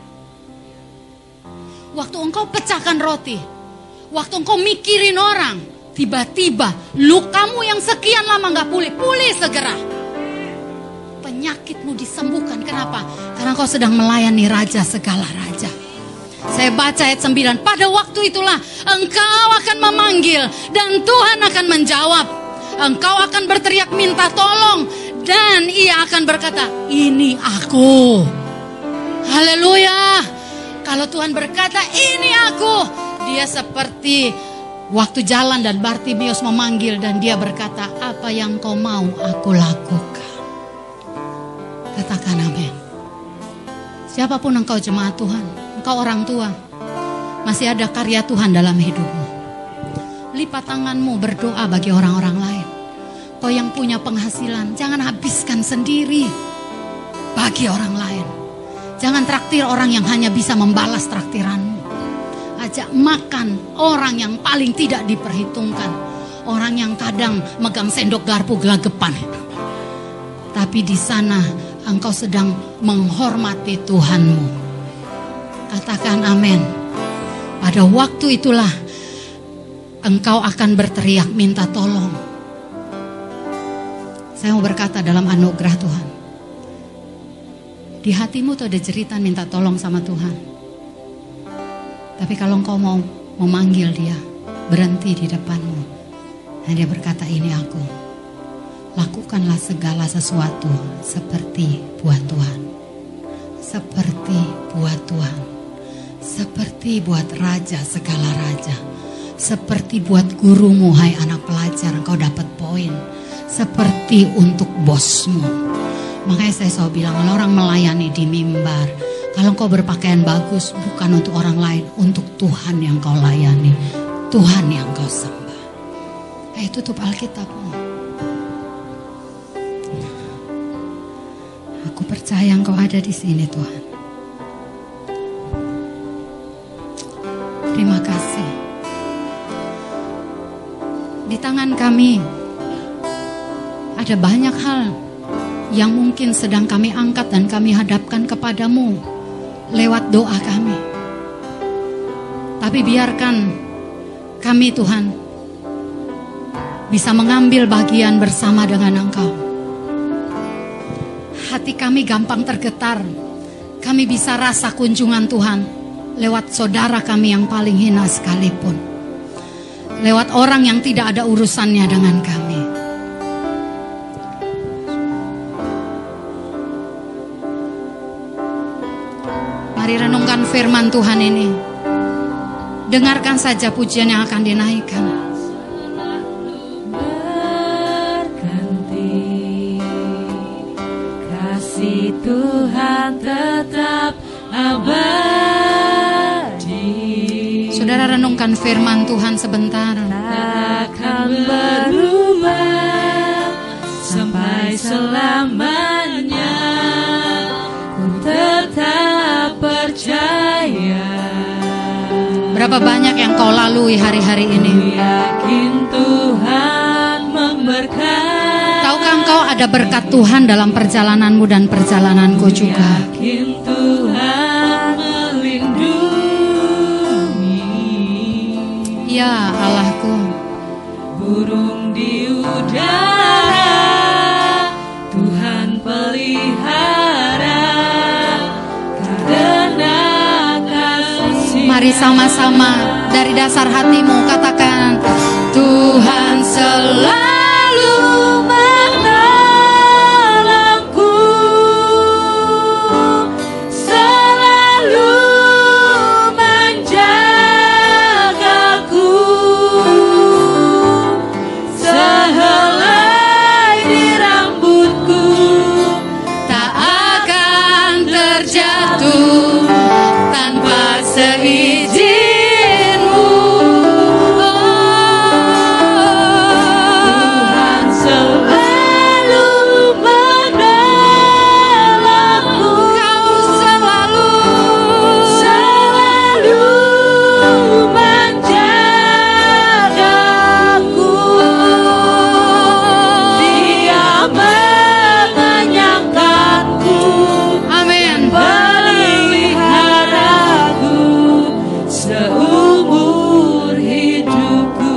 Waktu engkau pecahkan roti, waktu engkau mikirin orang, tiba-tiba lukamu yang sekian lama gak pulih, pulih segera. Penyakitmu disembuhkan. Kenapa? Karena engkau sedang melayani Raja segala Raja. Saya baca ayat 9. Pada waktu itulah engkau akan memanggil dan Tuhan akan menjawab. Engkau akan berteriak minta tolong dan Ia akan berkata, ini aku. Haleluya. Kalau Tuhan berkata, ini aku, dia seperti waktu jalan dan Bartimeus memanggil dan dia berkata, apa yang kau mau aku lakukan. Katakan amin. Siapapun engkau jemaat Tuhan, engkau orang tua, masih ada karya Tuhan dalam hidupmu. Lipat tanganmu berdoa bagi orang-orang lain. Kau yang punya penghasilan, jangan habiskan sendiri bagi orang lain. Jangan traktir orang yang hanya bisa membalas traktiranmu. Ajak makan orang yang paling tidak diperhitungkan. Orang yang kadang megang sendok garpu gelagapan. Tapi di sana engkau sedang menghormati Tuhanmu. Katakan amin. Pada waktu itulah engkau akan berteriak minta tolong. Saya mau berkata dalam anugerah Tuhan, di hatimu tuh ada jeritan minta tolong sama Tuhan. Tapi kalau engkau mau memanggil dia, berhenti di depanmu, dan dia berkata, ini aku. Lakukanlah segala sesuatu seperti buat Tuhan. Seperti buat Tuhan. Seperti buat Raja segala Raja. Seperti buat gurumu, hai anak pelajar, engkau dapat poin. Seperti untuk bosmu. Makanya saya selalu bilang, kalau orang melayani di mimbar, kalau kau berpakaian bagus bukan untuk orang lain, untuk Tuhan yang kau layani, Tuhan yang kau sembah. Ayo tutup Alkitabmu. Aku percaya Engkau ada di sini, Tuhan. Terima kasih. Di tangan kami ada banyak hal yang mungkin sedang kami angkat dan kami hadapkan kepadamu lewat doa kami. Tapi biarkan kami, Tuhan, bisa mengambil bagian bersama dengan Engkau. Hati kami gampang tergetar. Kami bisa rasa kunjungan Tuhan lewat saudara kami yang paling hina sekalipun. Lewat orang yang tidak ada urusannya dengan kami. Mari renungkan firman Tuhan ini. Dengarkan saja pujian yang akan dinaikkan. Berganti, kasih Tuhan tetap abadi. Saudara renungkan firman Tuhan sebentar. Takkan berubah sampai selamanya. Ku tetap percaya. Berapa banyak yang kau lalui hari-hari ini? Yakin Tuhan memberkati. Tahukah engkau ada berkat Tuhan dalam perjalananmu dan perjalananku juga? Yakin Tuhan melindungi. Ya Allahku, Burung di udara Tuhan pelihara karena kasih. mari sama-sama dari dasar hatimu katakan, Tuhan selalu menolongku, selalu menjagaku, sehelai di rambutku tak akan terjatuh tanpa seizin-Mu. Tuhan selalu menolongku, Kau selalu menjagaku. Dia mengenyangkanku, amin. peliharaku seumur hidupku.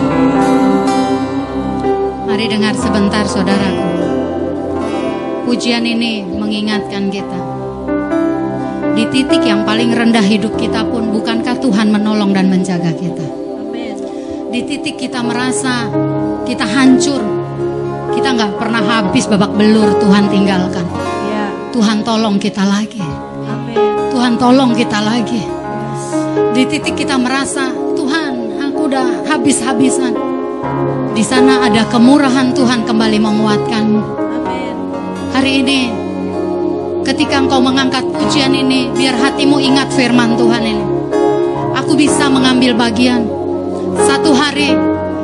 Mari dengar sebentar saudaraku. Pujian ini mengingatkan kita. Di titik yang paling rendah hidup kita pun, bukankah Tuhan menolong dan menjaga kita? Amin. Di titik kita merasa kita hancur, kita nggak pernah habis babak belur, Tuhan tinggalkan. Ya, Tuhan tolong kita lagi. amin. Tuhan tolong kita lagi. Di titik kita merasa, Tuhan, aku udah habis-habisan. Di sana ada kemurahan Tuhan kembali menguatkanmu. Amin. Hari ini, ketika engkau mengangkat pujian ini, biar hatimu ingat firman Tuhan ini. Aku bisa mengambil bagian. Satu hari,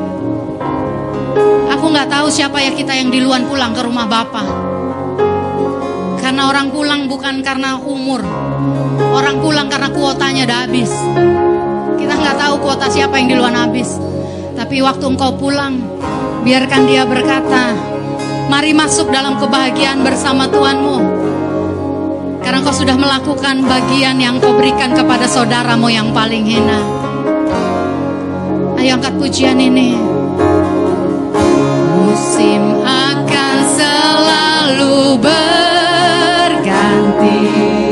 aku nggak tahu siapa ya kita yang duluan pulang ke rumah Bapa. Karena orang pulang bukan karena umur, orang pulang karena kuotanya udah habis. Kita nggak tahu kuota siapa yang duluan habis. Tapi waktu engkau pulang, biarkan dia berkata, mari masuk dalam kebahagiaan bersama Tuhanmu. Karena engkau sudah melakukan bagian yang kau berikan kepada saudaramu yang paling hina. Ayo angkat pujian ini. Musim akan selalu berganti.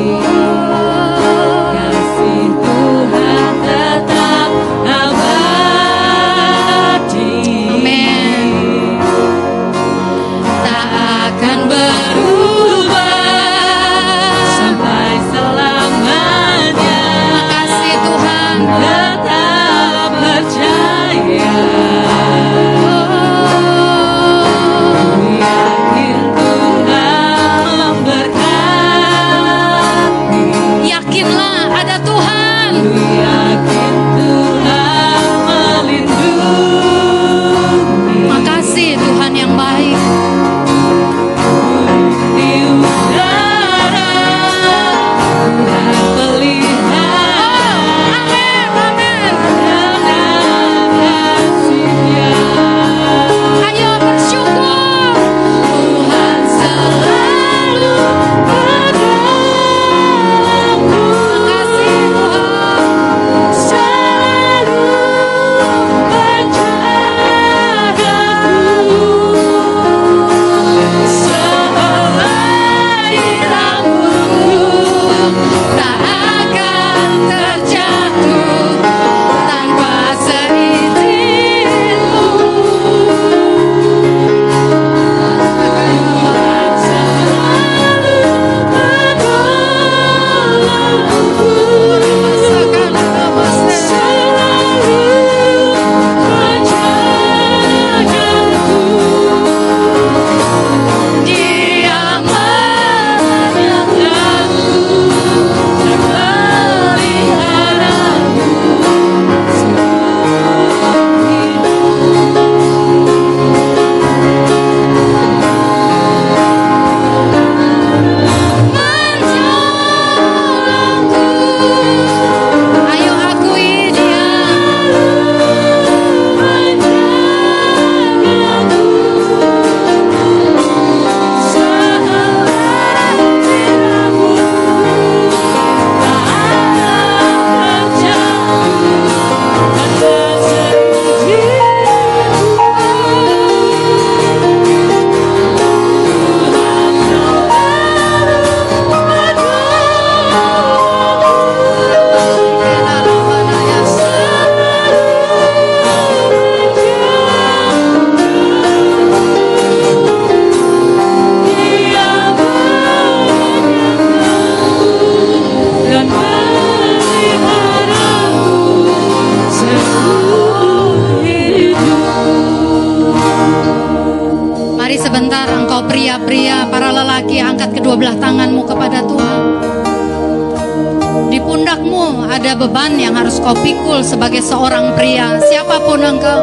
Kasih Tuhan tetap abadi. Amin. Tak akan berubah Sampai selamanya. Makasih Tuhan. Tetap percaya. Yakin Tuhan pria-pria, para lelaki, angkat kedua belah tanganmu kepada Tuhan. Di pundakmu ada beban yang harus kau pikul sebagai seorang pria, siapapun engkau.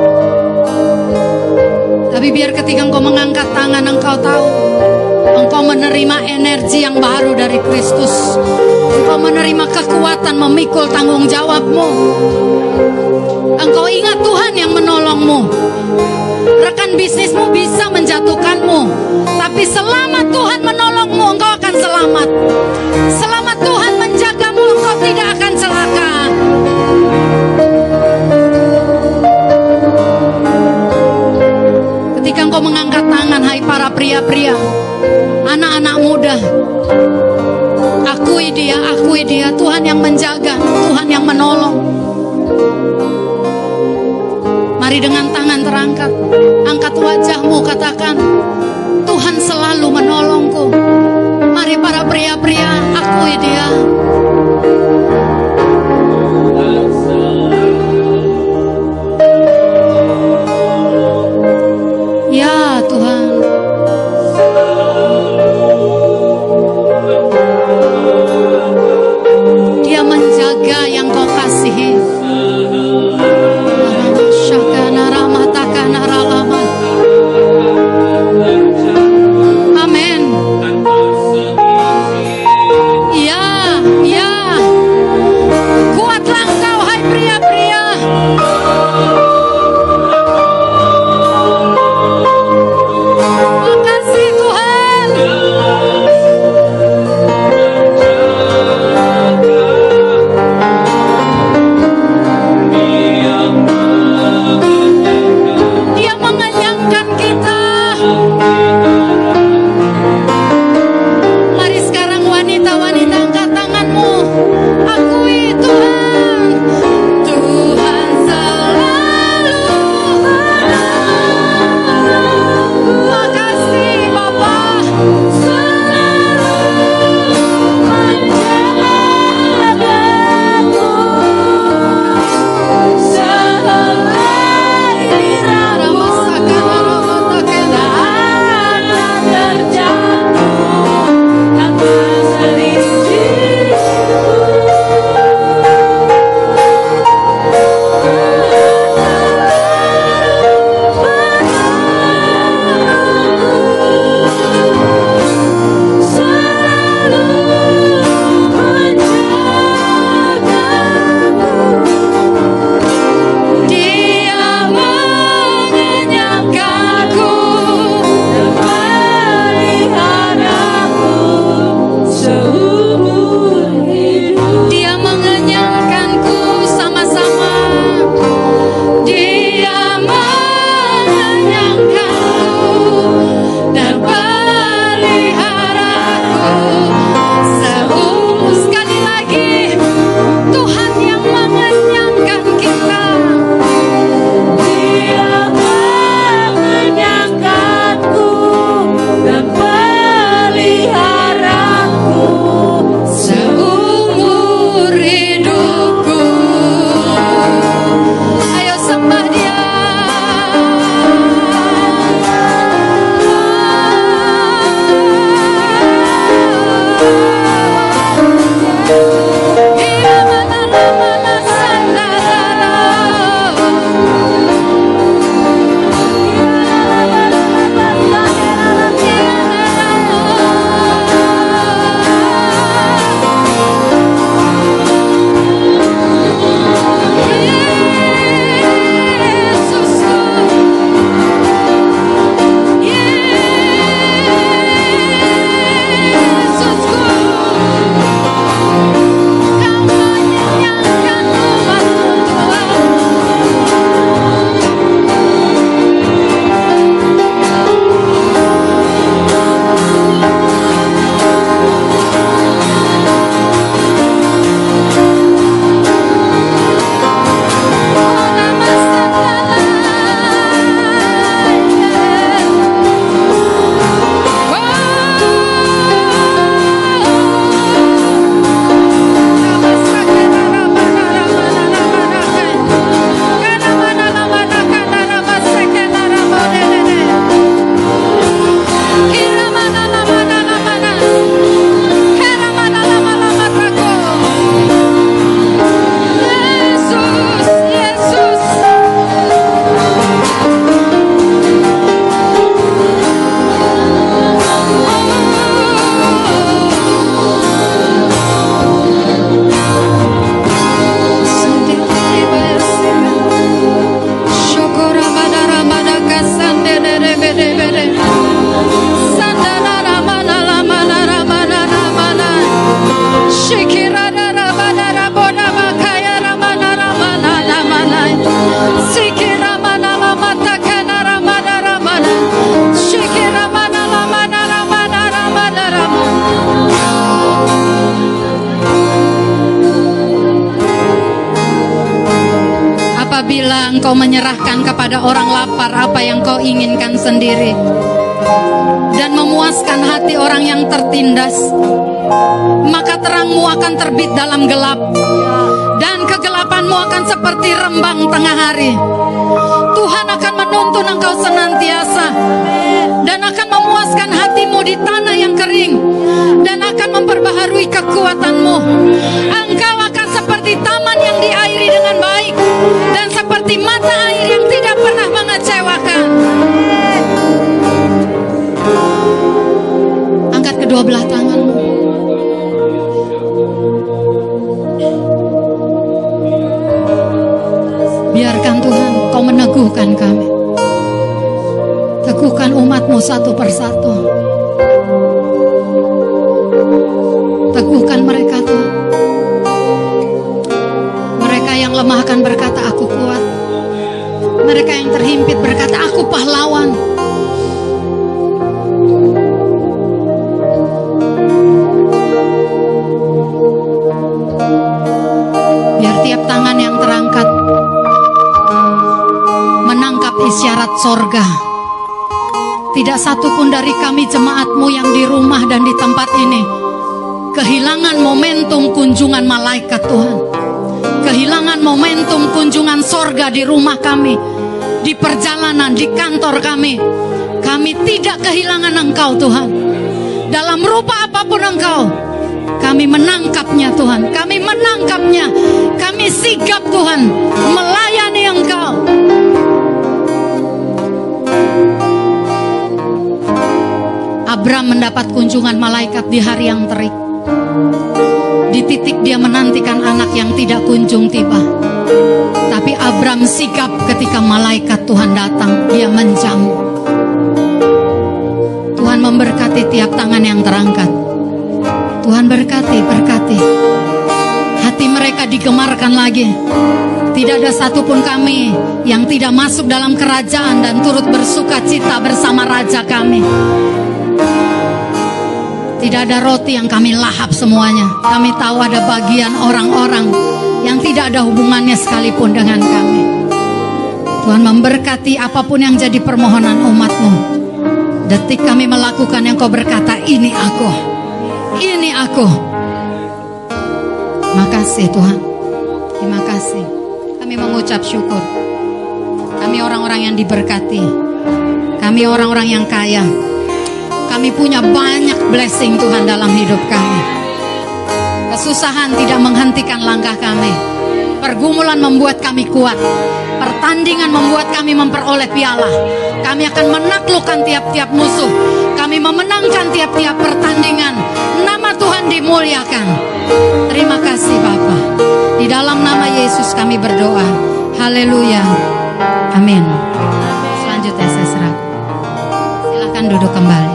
Tapi biar ketika engkau mengangkat tangan, engkau tahu engkau menerima energi yang baru dari Kristus. Engkau menerima kekuatan memikul tanggung jawabmu. Engkau ingat Tuhan yang menolongmu. Rekan bisnismu bisa menjatuhkanmu, tapi selama Tuhan menolongmu, engkau akan selamat. Selama Tuhan menjagamu, engkau tidak akan celaka. Ketika engkau mengangkat tangan, hai para pria-pria, anak-anak muda, akui dia, Tuhan yang menjaga, Tuhan yang menolong. Mari dengan tangan terangkat, angkat wajahmu, katakan, Tuhan selalu menolongku. Mari para pria-pria, akui dia. Ya Tuhan, Dia menjaga yang kau kasihi. Amin. Ya, apabila engkau menyerahkan kepada orang lapar apa yang kau inginkan sendiri dan memuaskan hati orang yang tertindas, maka terangmu akan terbit dalam gelap dan kegelapanmu akan seperti rembang tengah hari. Tuhan akan menuntun engkau senantiasa dan akan memuaskan hatimu di tanah yang kering dan akan memperbaharui kekuatanmu. Engkau akan seperti taman yang diairi dengan baik dan seperti mata air yang tidak pernah mengecewakan. Angkat kedua belah tanganmu. Biarkan Tuhan kau meneguhkan kami. Teguhkan umatmu satu persatu. Teguhkan mereka Tuhan. Mereka yang lemah akan berkata aku kuat. Mereka yang terhimpit berkata aku pahlawan. Biar tiap tangan yang terangkat menangkap isyarat sorga. Tidak satu pun dari kami jemaatmu yang di rumah dan di tempat ini kehilangan momentum kunjungan malaikat Tuhan. Kehilangan momentum kunjungan sorga di rumah kami, di perjalanan, di kantor kami. Kami tidak kehilangan Engkau Tuhan. Dalam rupa apapun Engkau, kami menangkapnya Tuhan. Kami menangkapnya. Kami sigap Tuhan melayani Engkau. Abram mendapat kunjungan malaikat di hari yang terik. Di titik dia menantikan anak yang tidak kunjung tiba. Tapi Abram sigap ketika malaikat Tuhan datang. Dia menjamu. Tuhan memberkati tiap tangan yang terangkat. Tuhan berkati. Hati mereka digemarkan lagi. Tidak ada satupun kami yang tidak masuk dalam kerajaan dan turut bersuka cita bersama Raja kami. Tidak ada roti yang kami lahap semuanya. Kami tahu ada bagian orang-orang yang tidak ada hubungannya sekalipun dengan kami. Tuhan memberkati apapun yang jadi permohonan umat-Mu. Detik kami melakukan yang Kau berkata, ini aku. Ini aku. Makasih Tuhan. Terima kasih. Kami mengucap syukur. Kami orang-orang yang diberkati. Kami orang-orang yang kaya. Kami punya banyak blessing Tuhan dalam hidup kami. Kesusahan tidak menghentikan langkah kami. Pergumulan membuat kami kuat. Pertandingan membuat kami memperoleh piala. Kami akan menaklukkan tiap-tiap musuh. Kami memenangkan tiap-tiap pertandingan. Nama Tuhan dimuliakan. Terima kasih Bapa. Di dalam nama Yesus kami berdoa. Haleluya. Amin. Selanjutnya saya serah. Silakan duduk kembali.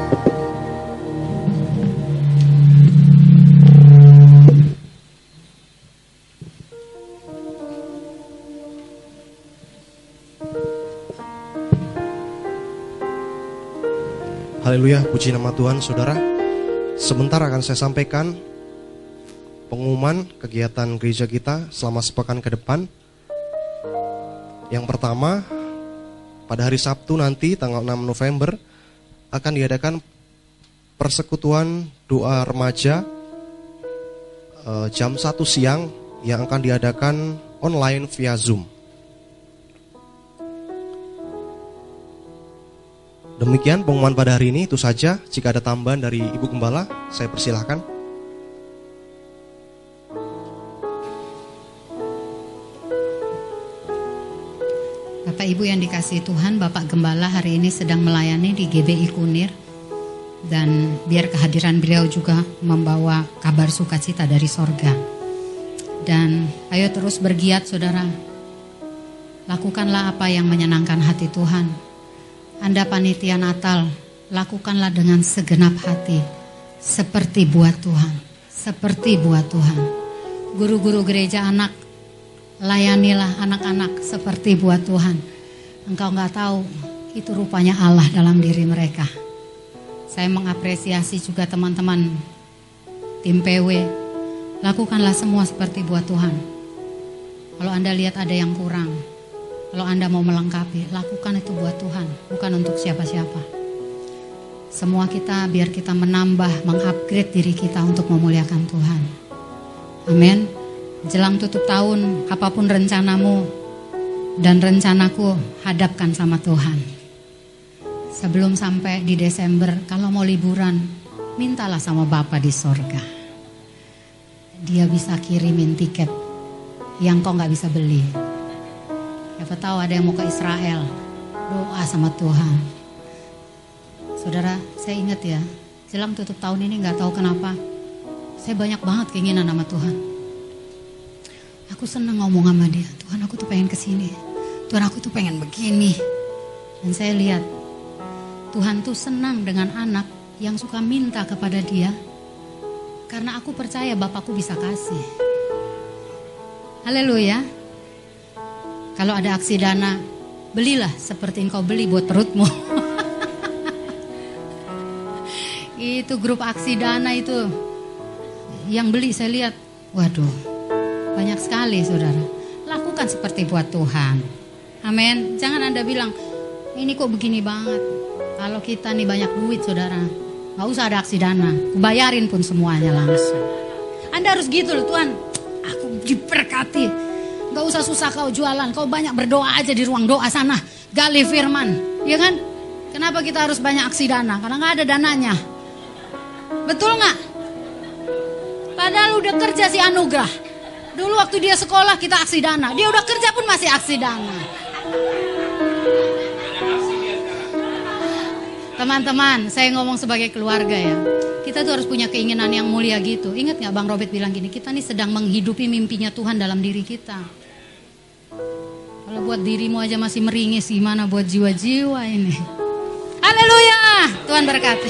Haleluya, puji nama Tuhan. Saudara, sebentar akan saya sampaikan pengumuman kegiatan gereja kita selama sepekan ke depan. Yang pertama, pada hari Sabtu nanti tanggal 6 November akan diadakan persekutuan doa remaja jam 1 siang yang akan diadakan online via Zoom. Demikian pengumuman pada hari ini, itu saja. Jika ada tambahan dari Ibu Gembala, saya persilahkan. Bapak Ibu yang dikasihi Tuhan, Bapak Gembala hari ini sedang melayani di GBI Kunir. Dan biar kehadiran beliau juga membawa kabar sukacita dari sorga. Dan ayo terus bergiat saudara. Lakukanlah apa yang menyenangkan hati Tuhan. Anda panitia Natal, lakukanlah dengan segenap hati, seperti buat Tuhan, seperti buat Tuhan. Guru-guru gereja anak, layanilah anak-anak seperti buat Tuhan. Engkau nggak tahu, itu rupanya Allah dalam diri mereka. Saya mengapresiasi juga teman-teman tim PW, lakukanlah semua seperti buat Tuhan. Kalau Anda lihat ada yang kurang, kalau Anda mau melengkapi, lakukan itu buat Tuhan, bukan untuk siapa-siapa. Semua kita biar kita menambah, mengupgrade diri kita untuk memuliakan Tuhan. Amin. Jelang tutup tahun, apapun rencanamu dan rencanaku, hadapkan sama Tuhan. Sebelum sampai di Desember, kalau mau liburan, mintalah sama Bapa di sorga. Dia bisa kirimin tiket yang kau gak bisa beli. Siapa tahu ada yang mau ke Israel, doa sama Tuhan. Saudara, saya ingat ya, jelang tutup tahun ini gak tahu kenapa, saya banyak banget keinginan sama Tuhan. Aku senang ngomong sama dia, Tuhan aku tuh pengen kesini, Tuhan aku tuh pengen begini. Dan saya lihat, Tuhan tuh senang dengan anak yang suka minta kepada dia, karena aku percaya Bapakku bisa kasih. Haleluya. Kalau ada aksi dana, belilah seperti engkau beli buat perutmu. Itu grup aksi dana itu, yang beli saya lihat, waduh, banyak sekali saudara. Lakukan seperti buat Tuhan. Amin. Jangan Anda bilang, ini kok begini banget. Kalau kita nih banyak duit saudara, gak usah ada aksi dana, bayarin pun semuanya langsung. Anda harus gitu loh, Tuhan aku diberkati, gak usah susah kau jualan, kau banyak berdoa aja di ruang doa sana, gali firman, ya kan? Kenapa kita harus banyak aksi dana? Karena gak ada dananya. Betul gak? Padahal udah kerja si Anugrah. Dulu waktu dia sekolah kita aksi dana, dia udah kerja pun masih aksi dana. Teman-teman, saya ngomong sebagai keluarga ya. Kita tuh harus punya keinginan yang mulia gitu. Ingat gak Bang Robert bilang gini, kita nih sedang menghidupi mimpinya Tuhan dalam diri kita. Kalau buat dirimu aja masih meringis, gimana buat jiwa-jiwa ini. Haleluya, Tuhan berkati.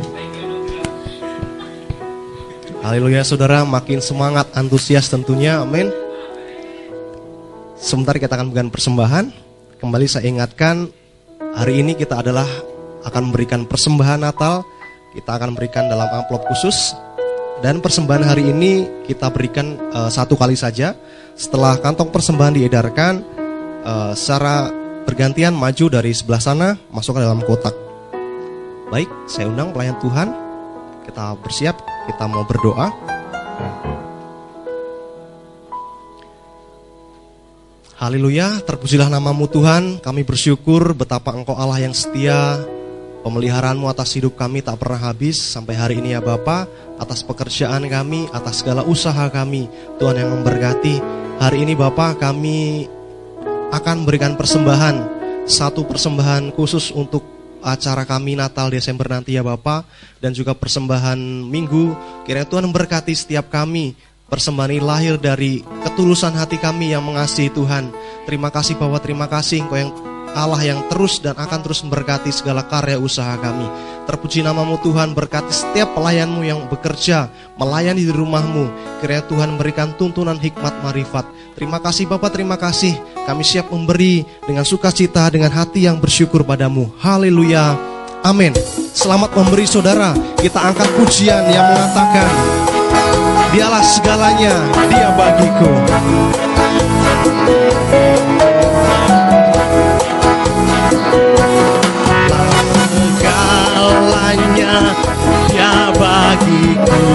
Haleluya saudara, makin semangat, antusias tentunya, amin. Sebentar kita akan memberikan persembahan. Kembali saya ingatkan, hari ini kita akan memberikan persembahan Natal. Kita akan berikan dalam amplop khusus. Dan persembahan hari ini kita berikan satu kali saja. Setelah kantong persembahan diedarkan, secara bergantian maju dari sebelah sana, masuk ke dalam kotak. Baik, saya undang pelayan Tuhan. Kita bersiap, kita mau berdoa. Haleluya, terpujilah namamu Tuhan. Kami bersyukur betapa Engkau Allah yang setia. Pemeliharaanmu atas hidup kami tak pernah habis sampai hari ini ya Bapa. Atas pekerjaan kami, atas segala usaha kami, Tuhan yang memberkati. Hari ini Bapa, kami akan berikan persembahan, satu persembahan khusus untuk acara kami Natal Desember nanti ya Bapa. Dan juga persembahan minggu, kiranya Tuhan memberkati setiap kami. Persembahan ini lahir dari ketulusan hati kami yang mengasihi Tuhan. Terima kasih Bapa, terima kasih Engkau yang Allah yang terus dan akan terus memberkati segala karya usaha kami. Terpuji namamu Tuhan, berkati setiap pelayanmu yang bekerja, melayani di rumahmu. Kiranya Tuhan memberikan tuntunan hikmat marifat. Terima kasih Bapak, terima kasih. Kami siap memberi dengan sukacita, dengan hati yang bersyukur padamu. Haleluya, amin. Selamat memberi saudara. Kita angkat pujian yang mengatakan, Dialah segalanya, Dia bagiku. Segalanya Dia bagiku,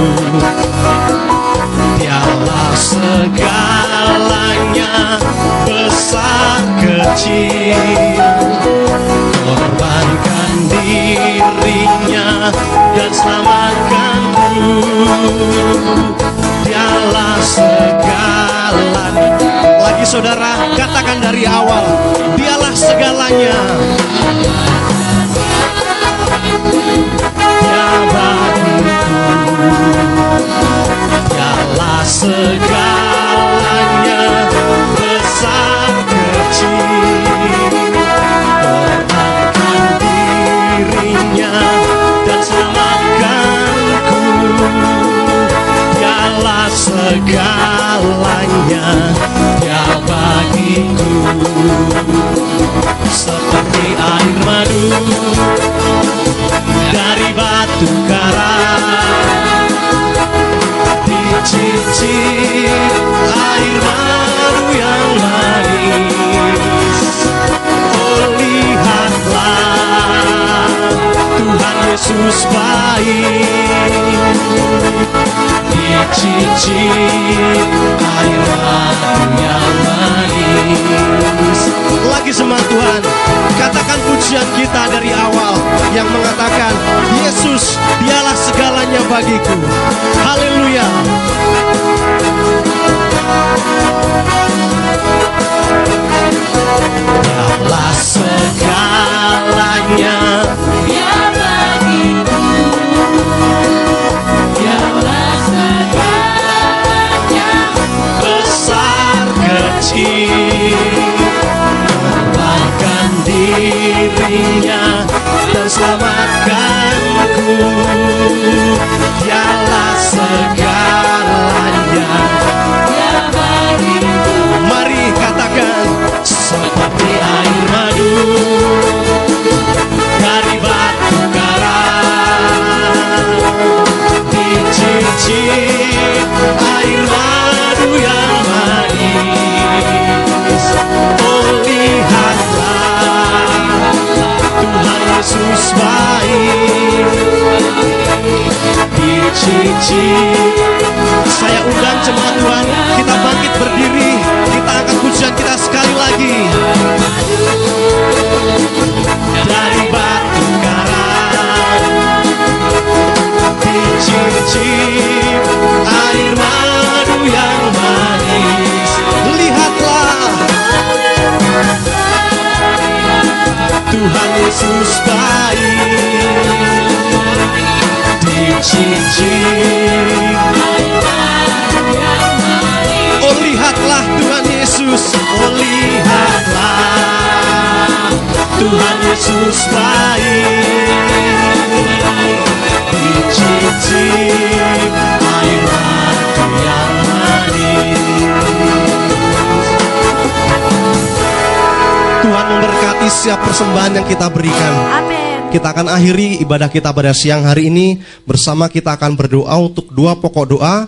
Dialah segalanya, besar kecil, korbankan dirinya dan selamatkanku. Dialah segalanya. Lagi saudara, katakan dari awal, Dialah segalanya. Dia bagiku, Dialah segalanya, besar kecil, korbankan dirinya dan selamatkanku. Dialah segalanya, Dia bagiku. Seperti air madu dari batu karang, dicicir Yesus baik, dicicip air mata yang manis. Lagi semangat Tuhan, katakan pujian kita dari awal yang mengatakan Yesus dialah segalanya bagiku. Haleluya. Dialah segalanya Dia bagiku, dialah segalanya, besar kecil, korbankan dirinya dan selamatkanku. Dialah segalanya. dia bagiku, Mari katakan seperti air madu dari batu karang, dicicip air madu yang manis. Oh lihatlah Tuhan Yesus baik, dicicip. Saya undang jemaat Tuhan, kita bangkit berdiri, kita angkat pujian kita sekali lagi. Dari batu karang, dicicip air madu yang manis. Lihatlah Tuhan Yesus baik, dicicip. Oh lihatlah Tuhan Yesus, oh lihatlah Tuhan Yesus baik, dicicip air mata yang manis. Tuhan memberkati setiap persembahan yang kita berikan. Amin. Kita akan akhiri ibadah kita pada siang hari ini. Bersama kita akan berdoa untuk 2 pokok doa.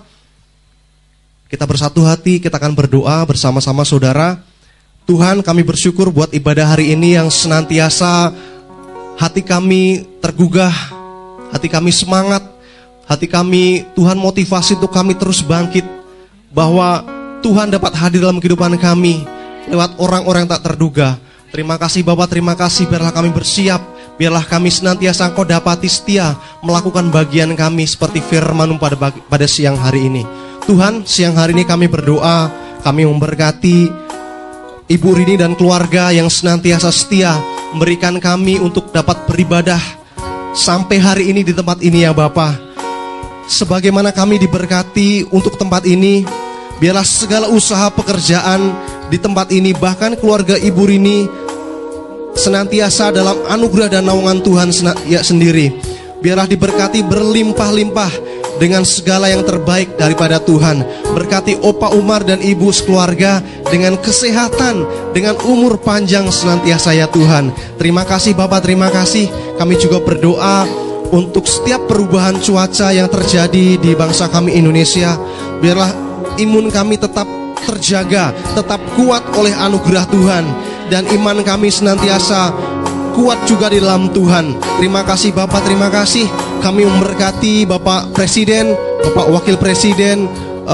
Kita bersatu hati, kita akan berdoa bersama-sama saudara. Tuhan, kami bersyukur buat ibadah hari ini yang senantiasa hati kami tergugah, hati kami semangat, hati kami Tuhan motivasi untuk kami terus bangkit, bahwa Tuhan dapat hadir dalam kehidupan kami lewat orang-orang yang tak terduga. Terima kasih Bapak, terima kasih, biarlah kami bersiap, biarlah kami senantiasa Engkau dapati setia melakukan bagian kami seperti firman-Mu pada siang hari ini. Tuhan, siang hari ini kami berdoa, kami memberkati Ibu Rini dan keluarga yang senantiasa setia memberikan kami untuk dapat beribadah sampai hari ini di tempat ini ya Bapa. Sebagaimana kami diberkati untuk tempat ini, biarlah segala usaha pekerjaan di tempat ini, bahkan keluarga Ibu Rini senantiasa dalam anugerah dan naungan Tuhan sendiri. Biarlah diberkati berlimpah-limpah dengan segala yang terbaik daripada Tuhan. Berkati Opa Umar dan Ibu sekeluarga dengan kesehatan, dengan umur panjang senantiasa ya Tuhan. Terima kasih Bapak, terima kasih. Kami juga berdoa untuk setiap perubahan cuaca yang terjadi di bangsa kami Indonesia. Biarlah imun kami tetap terjaga, tetap kuat oleh anugerah Tuhan, dan iman kami senantiasa kuat juga di dalam Tuhan. Terima kasih Bapak, terima kasih. Kami memberkati Bapak Presiden, Bapak Wakil Presiden,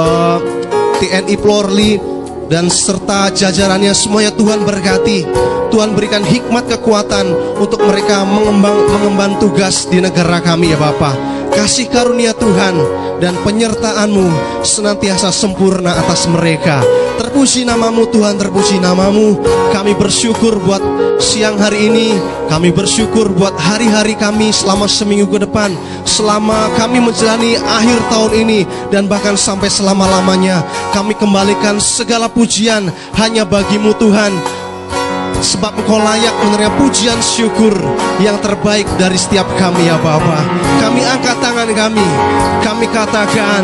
TNI Polri, dan serta jajarannya semuanya Tuhan berkati. Tuhan berikan hikmat kekuatan untuk mereka mengemban tugas di negara kami ya Bapak. Kasih karunia Tuhan dan penyertaan-Mu senantiasa sempurna atas mereka. Terpuji nama-Mu Tuhan, terpuji nama-Mu. Kami bersyukur buat siang hari ini. Kami bersyukur buat hari-hari kami selama seminggu ke depan, selama kami menjalani akhir tahun ini, dan bahkan sampai selama-lamanya. Kami kembalikan segala pujian hanya bagi-Mu Tuhan, sebab Engkau layak menerima pujian syukur yang terbaik dari setiap kami ya Bapa. Kami angkat tangan kami katakan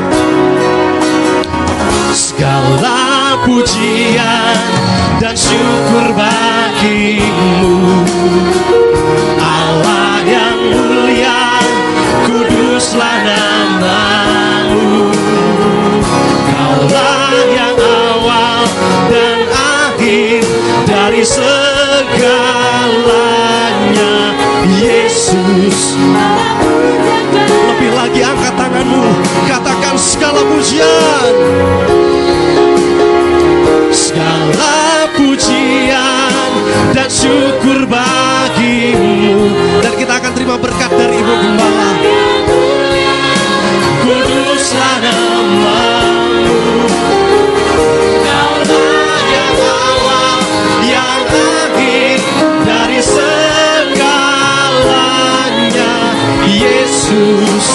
segala pujian dan syukur bagi-Mu, Allah yang mulia, kuduslah nama-Mu. Kaulah yang awal dan dari segalanya, Yesus. Yesus. Lebih lagi angkat tanganmu, katakan segala pujian. Segala pujian dan syukur bagimu. Dan kita akan terima berkat dari Ibu Gembala. Kuduslah namamu, Kaulah yang awal, yang akhir dari segalanya. Yesus,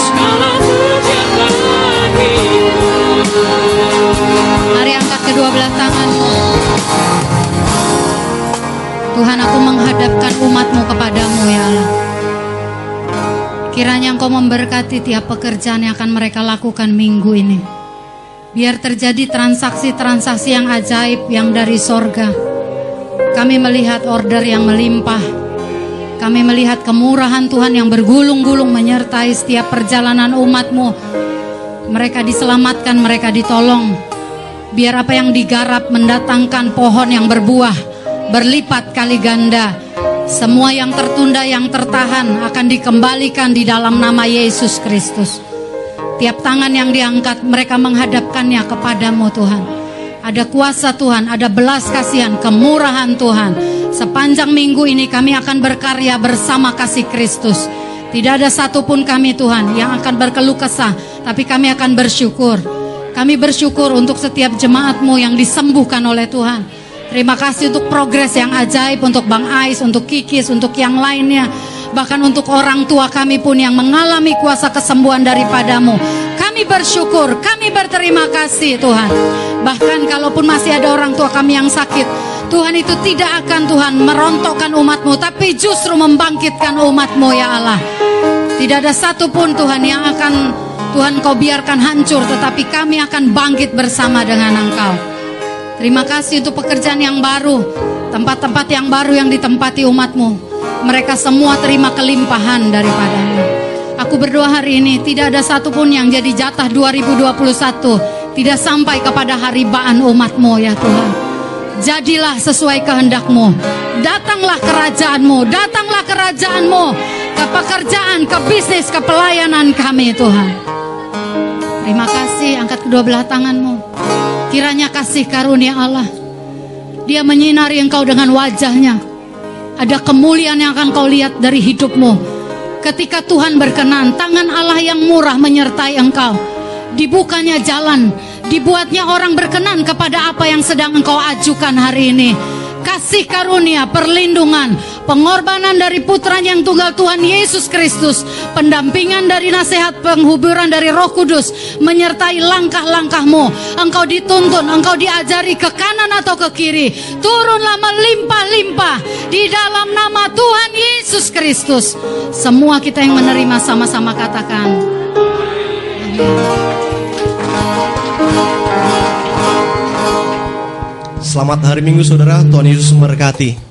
Mari angkat kedua belah tanganmu. Tuhan, aku menghadapkan umat-Mu kepadamu ya Allah. Kiranya Engkau memberkati tiap pekerjaan yang akan mereka lakukan minggu ini. Biar terjadi transaksi-transaksi yang ajaib yang dari sorga. Kami melihat order yang melimpah. Kami melihat kemurahan Tuhan yang bergulung-gulung menyertai setiap perjalanan umat-Mu. Mereka diselamatkan, mereka ditolong. Biar apa yang digarap mendatangkan pohon yang berbuah, berlipat kali ganda. Semua yang tertunda, yang tertahan akan dikembalikan di dalam nama Yesus Kristus. Tiap tangan yang diangkat, mereka menghadapkannya kepadamu Tuhan. Ada kuasa Tuhan, ada belas kasihan, kemurahan Tuhan. Sepanjang minggu ini kami akan berkarya bersama kasih Kristus. Tidak ada satupun kami Tuhan yang akan berkeluh kesah, tapi kami akan bersyukur. Kami bersyukur untuk setiap jemaat-Mu yang disembuhkan oleh Tuhan. Terima kasih untuk progres yang ajaib, untuk Bang Ais, untuk Kikis, untuk yang lainnya. Bahkan untuk orang tua kami pun yang mengalami kuasa kesembuhan daripadamu. Kami bersyukur, kami berterima kasih Tuhan. Bahkan kalaupun masih ada orang tua kami yang sakit, Tuhan itu tidak akan Tuhan merontokkan umat-Mu, tapi justru membangkitkan umat-Mu ya Allah. Tidak ada satupun Tuhan yang akan Tuhan Kau biarkan hancur, tetapi kami akan bangkit bersama dengan Engkau. Terima kasih untuk pekerjaan yang baru, tempat-tempat yang baru yang ditempati umat-Mu. Mereka semua terima kelimpahan daripada-Mu. Aku berdoa hari ini tidak ada satupun yang jadi jatah 2021 tidak sampai kepada haribaan umat-Mu ya Tuhan. Jadilah sesuai kehendak-Mu. Datanglah kerajaan-Mu, datanglah kerajaan-Mu ke pekerjaan, ke bisnis, ke pelayanan kami Tuhan. Terima kasih, angkat kedua belah tanganmu. Kiranya kasih karunia Allah, Dia menyinari engkau dengan wajahnya. Ada kemuliaan yang akan kau lihat dari hidupmu. Ketika Tuhan berkenan, tangan Allah yang murah menyertai engkau. Dibukanya jalan, dibuatnya orang berkenan kepada apa yang sedang engkau ajukan hari ini. Kasih karunia, perlindungan, pengorbanan dari putranya yang tunggal Tuhan Yesus Kristus, pendampingan dari nasihat penghuburan dari Roh Kudus menyertai langkah-langkahmu. Engkau dituntun, engkau diajari ke kanan atau ke kiri. Turunlah melimpah-limpah di dalam nama Tuhan Yesus Kristus. Semua kita yang menerima sama-sama katakan amin. Selamat hari Minggu saudara, Tuhan Yesus memberkati.